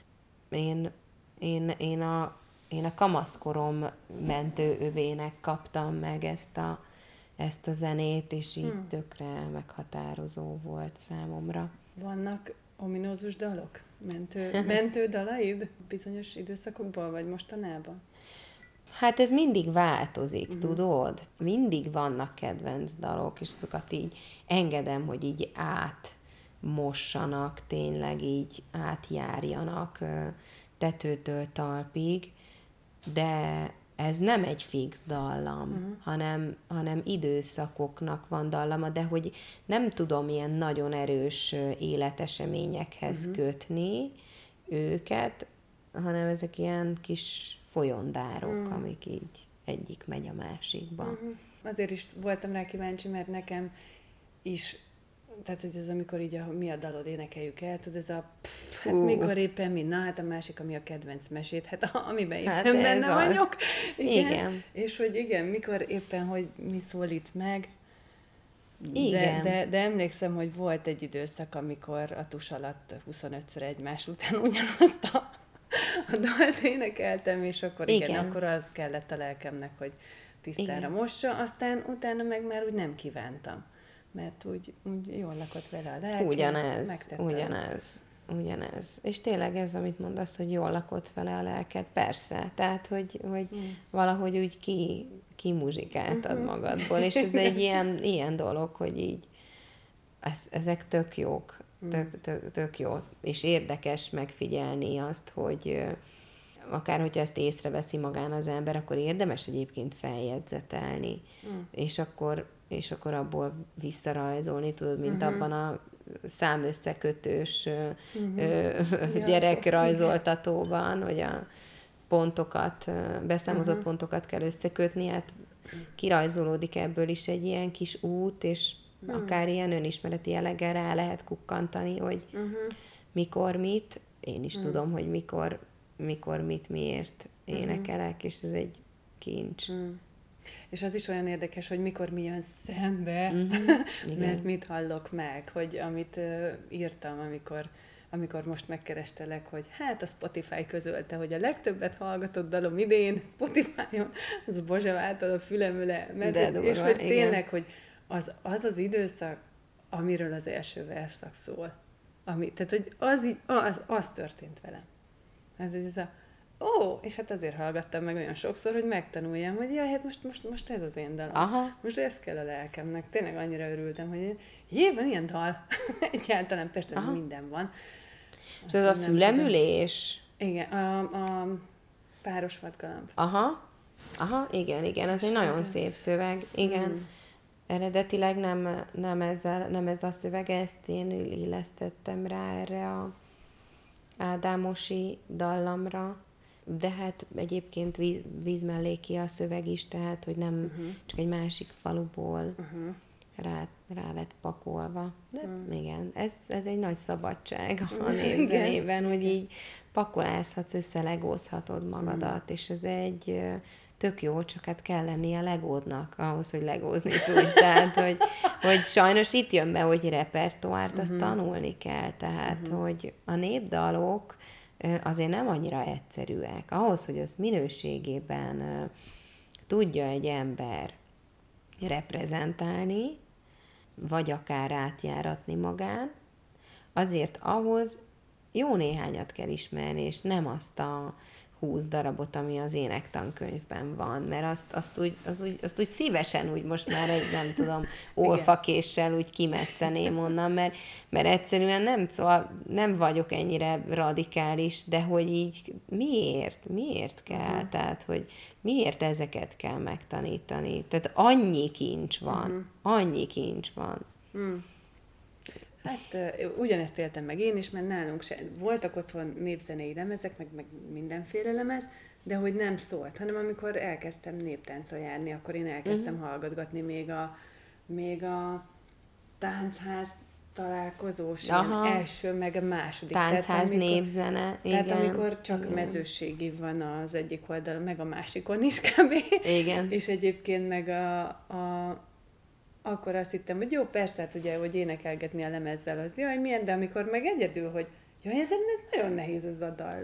Én a kamaszkorom mentőövének kaptam meg ezt a zenét, és így tökre meghatározó volt számomra. Vannak ominózus dalok? Mentő dalaid bizonyos időszakokban, vagy mostanában? Hát ez mindig változik, tudod? Mindig vannak kedvenc dalok, és azokat így engedem, hogy így átmossanak, tényleg így átjárjanak tetőtől talpig, de ez nem egy fix dallam, hanem időszakoknak van dallama, de hogy nem tudom ilyen nagyon erős életeseményekhez kötni őket, hanem ezek ilyen kis folyondárok, amik így egyik megy a másikba. Azért is voltam rá kíváncsi, mert nekem is, tehát ez amikor így mi a dalod, énekeljük el, tudod, ez a hát mikor éppen mi, na hát a másik, ami a kedvenc mesét, hát amiben éppen benne vagyok. Igen. És hogy igen, mikor éppen, hogy mi szólít meg. Igen. De emlékszem, hogy volt egy időszak, amikor a tus alatt 25-ször egymás után ugyanazt a dalt énekeltem, és akkor igen, akkor az kellett a lelkemnek, hogy tisztára mossa, aztán utána meg már úgy nem kívántam, mert úgy jól lakott vele a lelkem. Ugyanez. És tényleg ez, amit mondasz, hogy jól lakott vele a lelked, persze. Tehát, hogy valahogy úgy kimuzsikáltad magadból, és ez egy ilyen dolog, hogy így ezek tök jók. Tök jó. És érdekes megfigyelni azt, hogy akár hogyha ezt észreveszi magán az ember, akkor érdemes egyébként feljegyzetelni. És akkor abból visszarajzolni, tudod, mint abban a számösszekötős gyerekrajzoltatóban, hogy a pontokat, beszámozott pontokat kell összekötni, hát kirajzolódik ebből is egy ilyen kis út, és akár ilyen önismereti jelleggel rá lehet kukkantani, hogy mikor mit, én is tudom, hogy mikor mit, miért énekelek, és ez egy kincs. És az is olyan érdekes, hogy mikor mi jön szembe, mert mit hallok meg, hogy amit írtam, amikor most megkerestelek, hogy hát a Spotify közölte, hogy a legtöbbet hallgatott dalom idén Spotify-on, az a Bozsa által a fülemüle, és hogy tényleg, hogy az időszak, amiről az első verszak szól. Tehát, hogy az történt velem. Hát ez és hát azért hallgattam meg olyan sokszor, hogy megtanuljam, hogy jaj, hát most ez az én dalom. Aha. Most ez kell a lelkemnek. Tényleg annyira örültem, hogy van ilyen dal. Egyáltalán persze minden van. És ez a fülemülés? Igen, a páros vadgalamb. Aha, igen, ez egy nagyon szép szöveg. Igen. Eredetileg nem ez a szöveg, ezt én illesztettem rá erre a Ádámosi dallamra, de hát egyébként vízmelléki a szöveg is, tehát, hogy nem csak egy másik faluból rá lett pakolva. De igen, ez egy nagy szabadság a népzenében, hogy így pakolázhatsz, összelegózhatod magadat, és ez egy tök jó, csak hát kell lennie legódnak ahhoz, hogy legózni tudj. Tehát, hogy sajnos itt jön be, hogy repertoárt, azt tanulni kell. Tehát, hogy a népdalok azért nem annyira egyszerűek. Ahhoz, hogy az minőségében tudja egy ember reprezentálni, vagy akár átjáratni magán, azért ahhoz jó néhányat kell ismerni, és nem azt 20 darabot, ami az énektankönyvben van, mert azt úgy szívesen úgy most már egy, nem tudom, olfakéssel úgy kimetzeném onnan, mert egyszerűen nem vagyok ennyire radikális, de hogy így miért kell, tehát hogy miért ezeket kell megtanítani, tehát annyi kincs van. Hát ugyanezt éltem meg én is, mert nálunk se voltak otthon népzenei lemezek, meg mindenféle lemez, de hogy nem szólt, hanem amikor elkezdtem néptáncra járni, akkor én elkezdtem hallgatgatni még a táncház találkozós első, meg a második. Táncház, népzene. Tehát amikor csak mezőségi van az egyik oldalon, meg a másikon is kb. Igen. És egyébként meg akkor azt hittem, hogy jó, persze, hát ugye, hogy énekelgetni a lemezzel, az jaj, milyen, de amikor meg egyedül, hogy jaj, ez nagyon nehéz ez a dallam.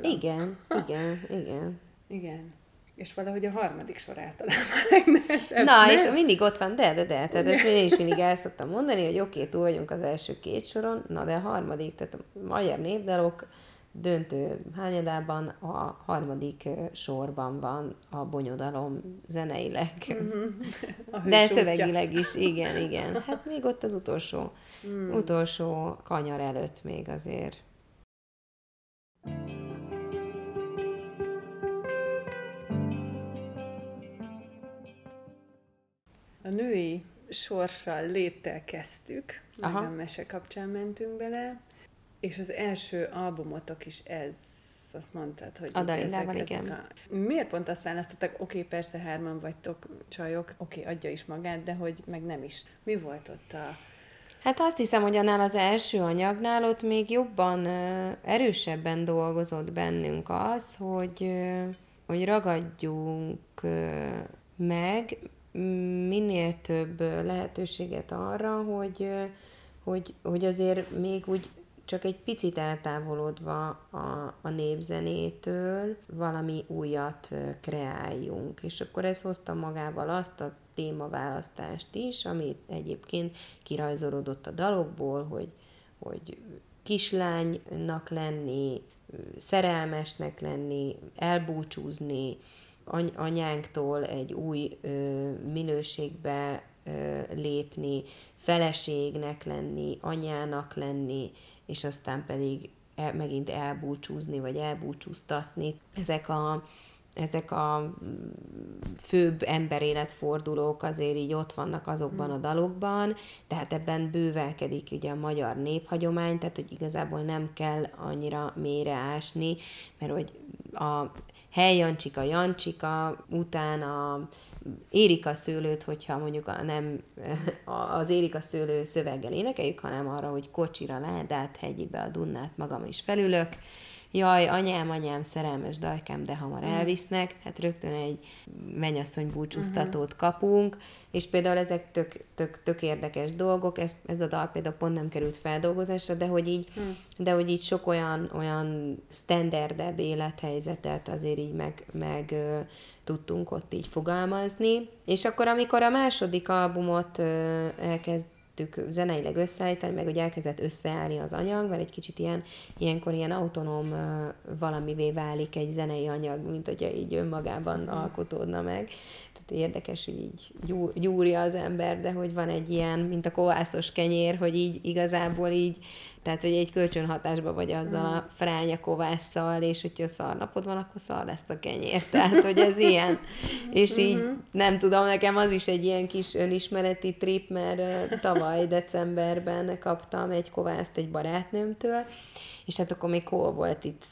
Igen. És valahogy a harmadik sor általában legnehezebb. Na, és mindig ott van, de, tehát ezt én is mindig el szoktam mondani, hogy oké, túl vagyunk az első 2 soron, na de a harmadik, tehát a magyar népdalok döntő hányadában a harmadik sorban van a bonyodalom zeneileg. De szövegileg is, igen. Hát még ott az utolsó kanyar előtt még azért. A női sorssal, léttel kezdtük, meg a mese kapcsán mentünk bele, és az első albumotok is ez, azt mondtad, hogy a Dalindával, igen. Miért pont azt választottak, oké, persze 3-an vagytok csajok, oké, adja is magát, de hogy meg nem is. Mi volt ott a... Hát azt hiszem, hogy annál az első anyagnál ott még jobban, erősebben dolgozott bennünk az, hogy ragadjunk meg minél több lehetőséget arra, hogy azért még úgy csak egy picit eltávolodva a népzenétől valami újat kreáljunk. És akkor ez hozta magával azt a témaválasztást is, amit egyébként kirajzolódott a dalokból, hogy kislánynak lenni, szerelmesnek lenni, elbúcsúzni, anyánktól egy új minőségbe lépni, feleségnek lenni, anyának lenni, és aztán pedig megint elbúcsúzni, vagy elbúcsúztatni. Ezek a főbb emberéletfordulók azért így ott vannak azokban a dalokban, tehát ebben bővelkedik ugye a magyar néphagyomány, tehát hogy igazából nem kell annyira mélyre ásni, mert hogy a Hely Jancsika után a Érika szőlőt, hogyha mondjuk nem az Érika szőlő szöveggel énekeljük, hanem arra, hogy kocsira ládát, hegyibe a Dunnát, magam is felülök. Jaj, anyám, szerelmes dajkám, de hamar elvisznek. Hát rögtön egy mennyasszony búcsúztatót kapunk, és például ezek tök érdekes dolgok, ez a dal például pont nem került feldolgozásra, de hogy így sok olyan standardebb élethelyzetet azért így meg tudtunk ott így fogalmazni. És akkor, amikor a második albumot elkezdtük zeneileg összeállítani, meg hogy elkezdett összeállni az anyag, mert egy kicsit ilyenkor ilyen autonóm valamivé válik egy zenei anyag, mint hogyha így önmagában alkotódna meg. Tehát érdekes, hogy így gyúrja az ember, de hogy van egy ilyen, mint a kovászos kenyér, hogy így igazából így, tehát hogy egy kölcsönhatásban vagy azzal a fránya kovásszal, és hogyha szarnapod van, akkor szar lesz a kenyér. Tehát, hogy ez ilyen. És így nem tudom, nekem az is egy ilyen kis önismereti trip, mert tavaly decemberben kaptam egy kovászt egy barátnőmtől, és hát akkor még hol volt itt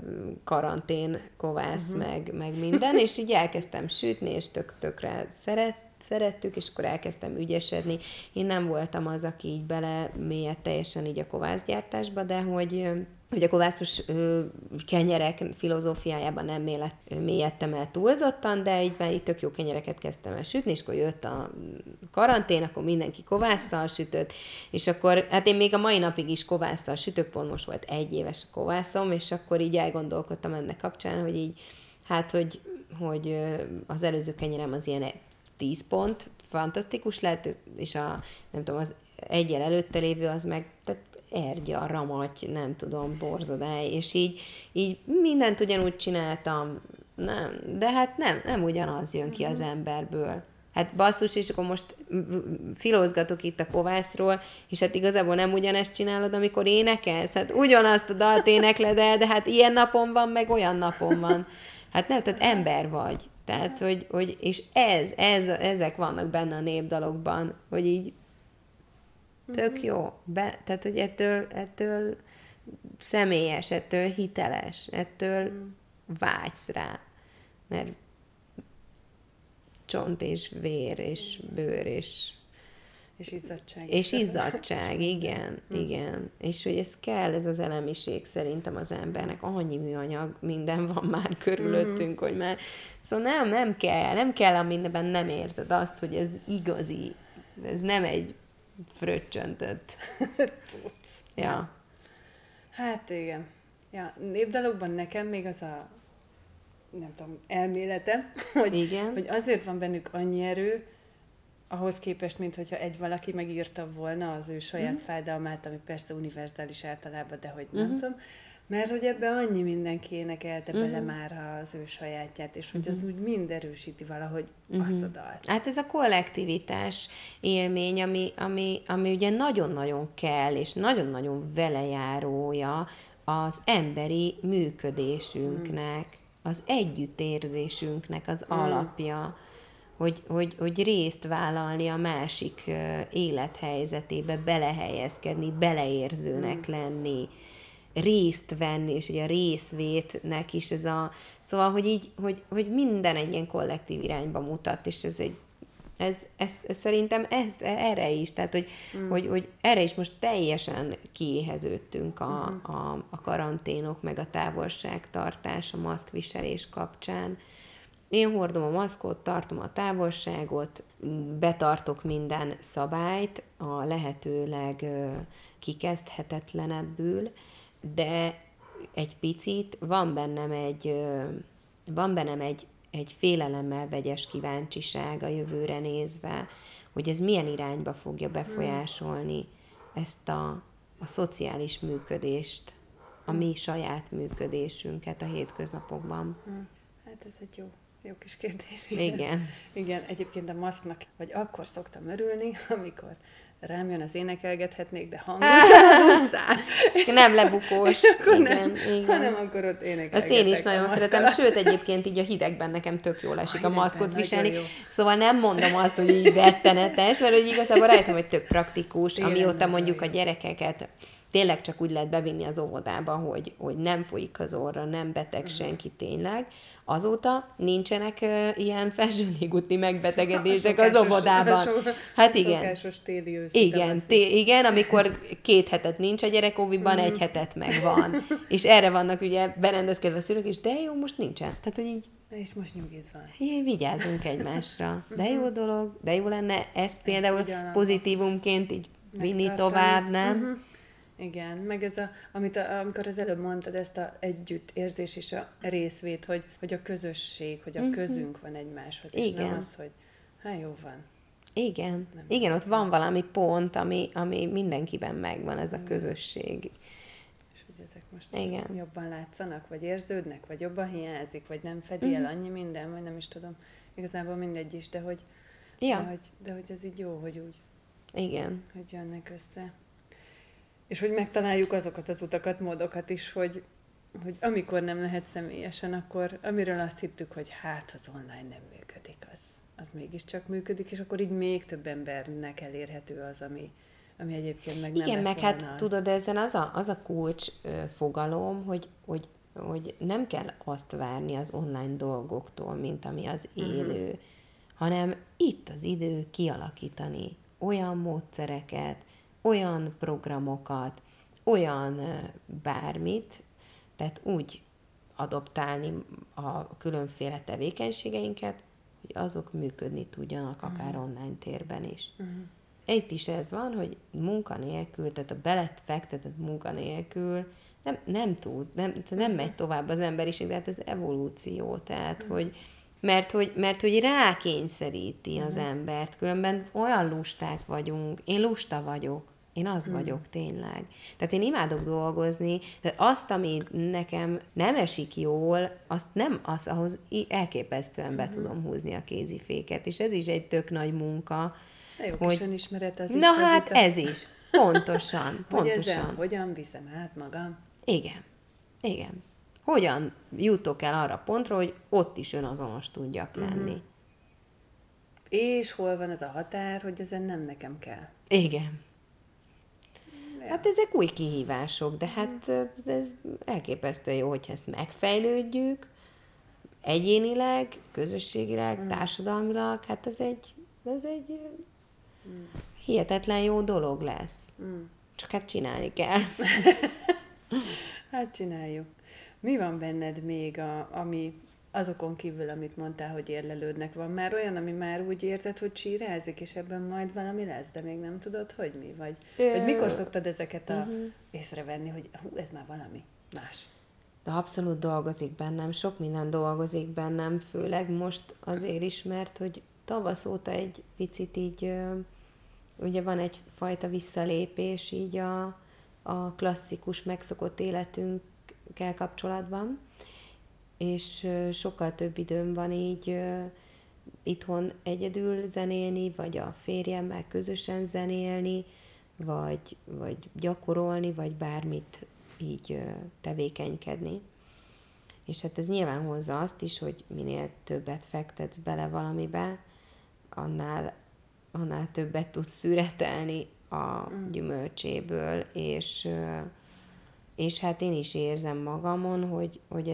karantén kovász, meg minden, és így elkezdtem sütni, és tökre szerettük, és akkor elkezdtem ügyesedni. Én nem voltam az, aki így belemélyedt teljesen így a kovászgyártásba, de hogy a kovászos kenyerek filozófiájában nem mélyedtem el túlzottan, de így már így tök jó kenyereket kezdtem el sütni, és akkor jött a karantén, akkor mindenki kovásszal sütött, és akkor, hát én még a mai napig is kovásszal sütök, pont most volt 1 éves a kovászom, és akkor így elgondolkodtam ennek kapcsán, hogy így, hát, hogy az előző kenyerem az ilyen 10 pont, fantasztikus lett, és nem tudom, az egyel előtte lévő az meg, tehát ergya, ramaty, nem tudom, borzodály, és így mindent ugyanúgy csináltam, de hát nem ugyanaz jön ki az emberből. Hát basszus, és akkor most filózgatok itt a kovászról, és hát igazából nem ugyanezt csinálod, amikor énekelsz. Hát ugyanazt a dalt énekled el, de hát ilyen napon van, meg olyan napon van. Hát nem, tehát ember vagy. Tehát, hogy és ezek vannak benne a népdalokban, hogy így tök jó. Tehát, hogy ettől személyes, ettől hiteles, ettől vágysz rá. Mert csont és vér és bőr és izzadság. És izzadság, igen. És hogy ez kell, ez az elemiség szerintem az embernek. Annyi műanyag, minden van már körülöttünk, hogy már... Szóval nem kell, amiben nem érzed azt, hogy ez igazi, ez nem egy fröccsöntött Tudsz. Ja. Hát igen. Ja, népdalokban nekem még az a nem tudom, elmélete, hogy azért van bennük annyi erő, ahhoz képest, mint hogyha egy valaki megírta volna az ő saját fájdalmát, ami persze univerzális általában, de hogy nem tudom, mert hogy ebben annyi mindenki énekelte bele már az ő sajátját, és hogy az úgy mind erősíti valahogy azt a dalt. Hát ez a kollektivitás élmény, ami ugye nagyon-nagyon kell, és nagyon-nagyon velejárója az emberi működésünknek, az együttérzésünknek az alapja, hogy részt vállalni a másik élethelyzetébe, belehelyezkedni, beleérzőnek lenni, részt venni, és ugye a részvétnek is ez a... Szóval, hogy minden egy ilyen kollektív irányba mutat, és ez szerintem erre is, tehát, hogy erre is most teljesen kiéheződtünk a karanténok, meg a távolságtartás, a maszkviselés kapcsán. Én hordom a maszkot, tartom a távolságot, betartok minden szabályt, a lehetőleg kikezdhetetlenebbül, de egy picit van bennem egy félelemmel vegyes kíváncsiság a jövőre nézve, hogy ez milyen irányba fogja befolyásolni ezt a szociális működést, a mi saját működésünket a hétköznapokban. Hát ez egy jó kis kérdés. Igen. Igen, egyébként a maszknak, vagy akkor szoktam örülni, amikor rám jön az énekelgethetnék, de hangosan az utcán. És nem lebukós. Igen. Hanem akkor ott énekelgetek. Azt én is nagyon szeretem, sőt egyébként így a hidegben nekem tök jól esik a maszkot viselni. Szóval nem mondom azt, hogy így rettenetes, mert hogy igazából rájöttem, hogy tök praktikus, amióta mondjuk a gyerekeket tényleg csak úgy lehet bevinni az óvodába, hogy nem folyik az orra, nem beteg senki tényleg. Azóta nincsenek ilyen felsőlégúti megbetegedések az óvodában. Hát igen. Szokásos téli igen, amikor 2 hetet nincs a gyerek óviban, 1 hetet megvan. És erre vannak ugye berendezkedve a szülők, és de jó, most nincsen. Tehát, hogy így... És most nyugodt van. Vigyázzunk egymásra. De jó dolog, de jó lenne ezt például pozitívumként így vinni tovább, nem? Igen, meg ez amikor az előbb mondtad, ezt a együttérzés és a részvét, hogy a közösség, hogy a közünk van egymáshoz, és nem az, hogy jó van. Igen, ott van valami pont, ami mindenkiben megvan, ez a közösség. És hogy ezek most jobban látszanak, vagy érződnek, vagy jobban hiányzik, vagy nem fedi el annyi minden, vagy nem is tudom. Igazából mindegy is, de hogy ez így jó, hogy úgy. Igen. Hogy jönnek össze. És hogy megtaláljuk azokat az utakat, módokat is, hogy amikor nem lehet személyesen, akkor amiről azt hittük, hogy hát az online nem működik, az mégiscsak működik, és akkor így még több embernek elérhető az, ami egyébként meg nem. Igen, meg volna hát tudod, ezen az a kulcs fogalom, hogy nem kell azt várni az online dolgoktól, mint ami az élő, hanem itt az idő kialakítani olyan módszereket, olyan programokat, olyan bármit, tehát úgy adoptálni a különféle tevékenységeinket, hogy azok működni tudjanak akár online térben is. Itt is ez van, hogy munkanélkül, tehát a beletfektetett munkanélkül nem megy tovább az emberiség, tehát ez evolúció, tehát mert hogy rákényszeríti az embert, különben olyan lusták vagyunk, én lusta vagyok, Én az vagyok tényleg. Tehát én imádok dolgozni, tehát azt, ami nekem nem esik jól, ahhoz elképesztően be tudom húzni a kéziféket, és ez is egy tök nagy munka. De jó kis önismeret az is. Na hát ez is. Pontosan. Hogy ezzel hogyan viszem át magam? Igen. Hogyan jutok el arra pontra, hogy ott is önazonos tudjak lenni. És hol van az a határ, hogy ezen nem nekem kell. Igen. Ja. Hát ezek új kihívások, de hát ez elképesztő jó, hogyha ezt megfejlődjük, egyénileg, közösségileg, társadalmilag, hát ez egy hihetetlen jó dolog lesz. Csak hát csinálni kell. Hát csináljuk. Mi van benned még, ami azokon kívül, amit mondtál, hogy érlelődnek? Van már olyan, ami már úgy érzed, hogy csírázik, és ebben majd valami lesz, de még nem tudod, hogy mi? Vagy mikor szoktad ezeket észrevenni, hogy ez már valami más? De abszolút dolgozik bennem, sok minden dolgozik bennem, főleg most azért is, mert hogy tavasz óta egy picit így, ugye van egyfajta visszalépés így a klasszikus, megszokott életünkkel kapcsolatban, és sokkal több időm van így itthon egyedül zenélni, vagy a férjemmel közösen zenélni, vagy gyakorolni, vagy bármit így tevékenykedni. És hát ez nyilván hozza azt is, hogy minél többet fektetsz bele valamibe, annál többet tudsz szüretelni a gyümölcséből, és hát én is érzem magamon, hogy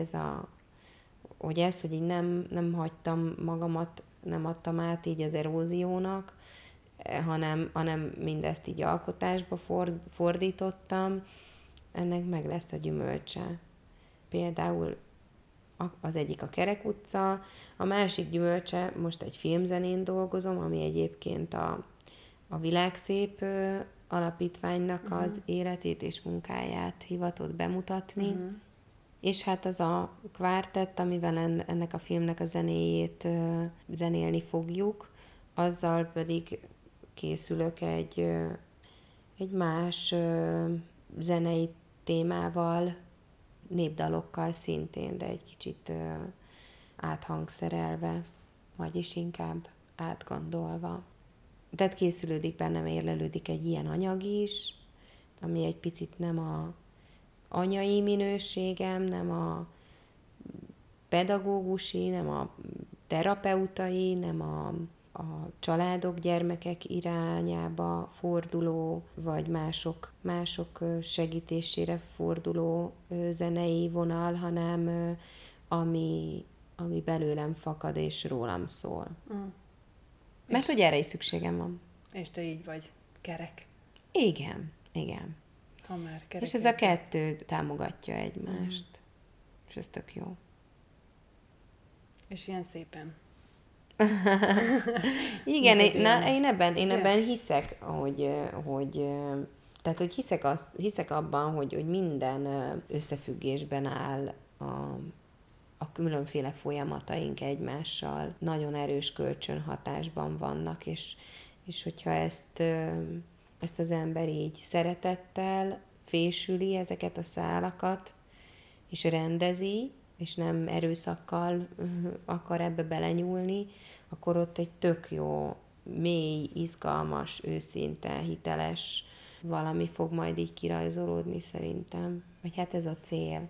így nem hagytam magamat, nem adtam át így az eróziónak, hanem mindezt így alkotásba fordítottam, ennek meg lesz a gyümölcse. Például az egyik a Kerek utca, a másik gyümölcse, most egy filmzenén dolgozom, ami egyébként a Világszép alapítványnak az életét és munkáját hivatott bemutatni, és hát az a kvártett, amivel ennek a filmnek a zenéjét zenélni fogjuk, azzal pedig készülök egy más zenei témával, népdalokkal szintén, de egy kicsit áthangszerelve, vagyis inkább átgondolva. Tehát készülődik bennem, érlelődik egy ilyen anyag is, ami egy picit nem a anyai minőségem, nem a pedagógusi, nem a terapeutai, nem a családok, gyermekek irányába forduló, vagy mások segítésére forduló zenei vonal, hanem ami belőlem fakad és rólam szól. Mert hogy erre is szükségem van. És te így vagy kerek. Igen. Ha már kerek. És ez a kettő támogatja egymást. És ez tök jó. És ilyen szépen. Igen, én ebben hiszek, hogy hiszek abban, hogy minden összefüggésben áll a különféle folyamataink egymással, nagyon erős kölcsönhatásban vannak, és hogyha ezt az ember így szeretettel fésüli ezeket a szálakat, és rendezi, és nem erőszakkal akar ebbe belenyúlni, akkor ott egy tök jó, mély, izgalmas, őszinte, hiteles valami fog majd így kirajzolódni szerintem. Vagy hát ez a cél.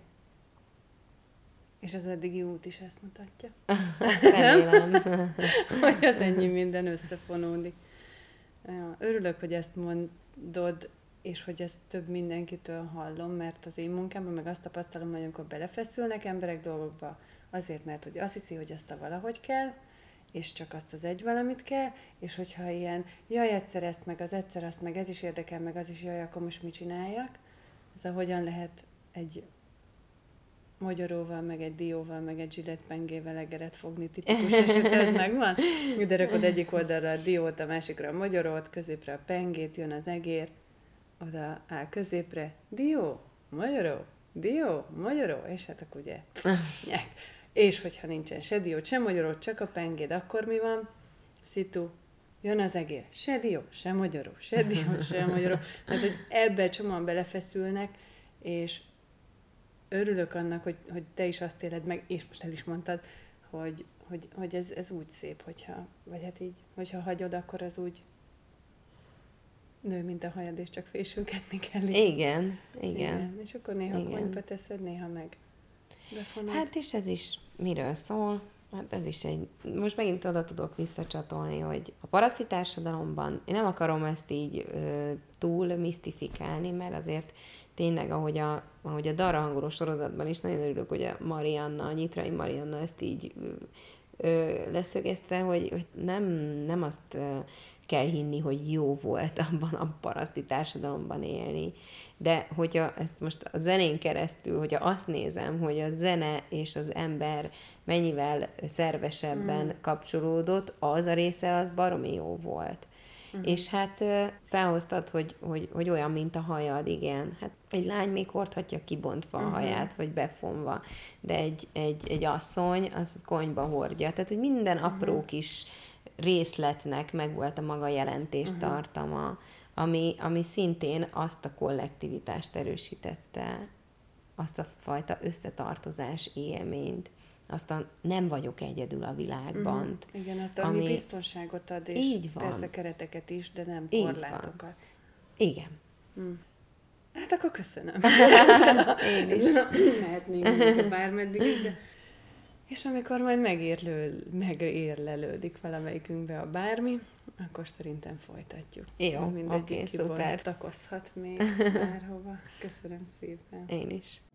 És az eddigi út is ezt mutatja. Remélem. Hogy az ennyi minden összefonódik. Ja, örülök, hogy ezt mondod, és hogy ezt több mindenkitől hallom, mert az én munkámban meg azt tapasztalom, hogy amikor belefeszülnek emberek dolgokba, azért, mert hogy azt hiszi, hogy azt valahogy kell, és csak azt az egy valamit kell, és hogyha ilyen, jaj, egyszer ezt, meg az egyszer azt, meg ez is érdekel, meg az is, jaj, akkor most mit csináljak? Ez a hogyan lehet egy mogyoróval, meg egy dióval, meg egy zsilettpengével egeret fogni, tipikus eset, ez megvan? Ide rakod egyik oldalra a diót, a másikra a mogyorót, középre a pengét, jön az egér, oda áll középre, dió, mogyoró, és hát akkor ugye, nyek. És hogyha nincsen se diót, se mogyorót, csak a pengéd, akkor mi van? Szitu, jön az egér. Se dió, se magyaró, se dió, se magyaró. Tehát, hogy ebbe csomóan belefeszülnek, és örülök annak, hogy te is azt éled meg, és most el is mondtad, hogy ez úgy szép, vagy hát így, hogyha hagyod, akkor az úgy nő, mint a hajad, és csak fésülgetni kell. Igen. És akkor néha konyba teszed, néha meg befonod. Hát és ez is miről szól? Hát ez is most megint oda tudok visszacsatolni, hogy a paraszti társadalomban, én nem akarom ezt így túl misztifikálni, mert azért tényleg, ahogy a Darra hangoló sorozatban is nagyon örülök, hogy a Nyitrai Marianna ezt így leszögezte, hogy nem azt kell hinni, hogy jó volt abban a paraszti társadalomban élni. De hogyha ezt most a zenén keresztül, hogyha azt nézem, hogy a zene és az ember mennyivel szervesebben kapcsolódott, az a része az baromi jó volt. És hát felhoztad, hogy olyan, mint a hajad, igen. Hát egy lány még hordhatja kibontva a haját, vagy befonva, de egy asszony az konyba hordja. Tehát, hogy minden apró kis részletnek megvolt a maga jelentéstartama, ami szintén azt a kollektivitást erősítette, azt a fajta összetartozás élményt, azt a nem vagyok egyedül a világban. Igen, azt ami biztonságot ad, és így van. Persze kereteket is, de nem korlátokat. Igen. Hát akkor köszönöm. Én is. Mehetnénk bármeddig is, de... És amikor majd megérlelődik valamelyikünkbe a bármi, akkor szerintem folytatjuk. Jó, oké, szuper. Takozhat még bárhova. Köszönöm szépen. Én is.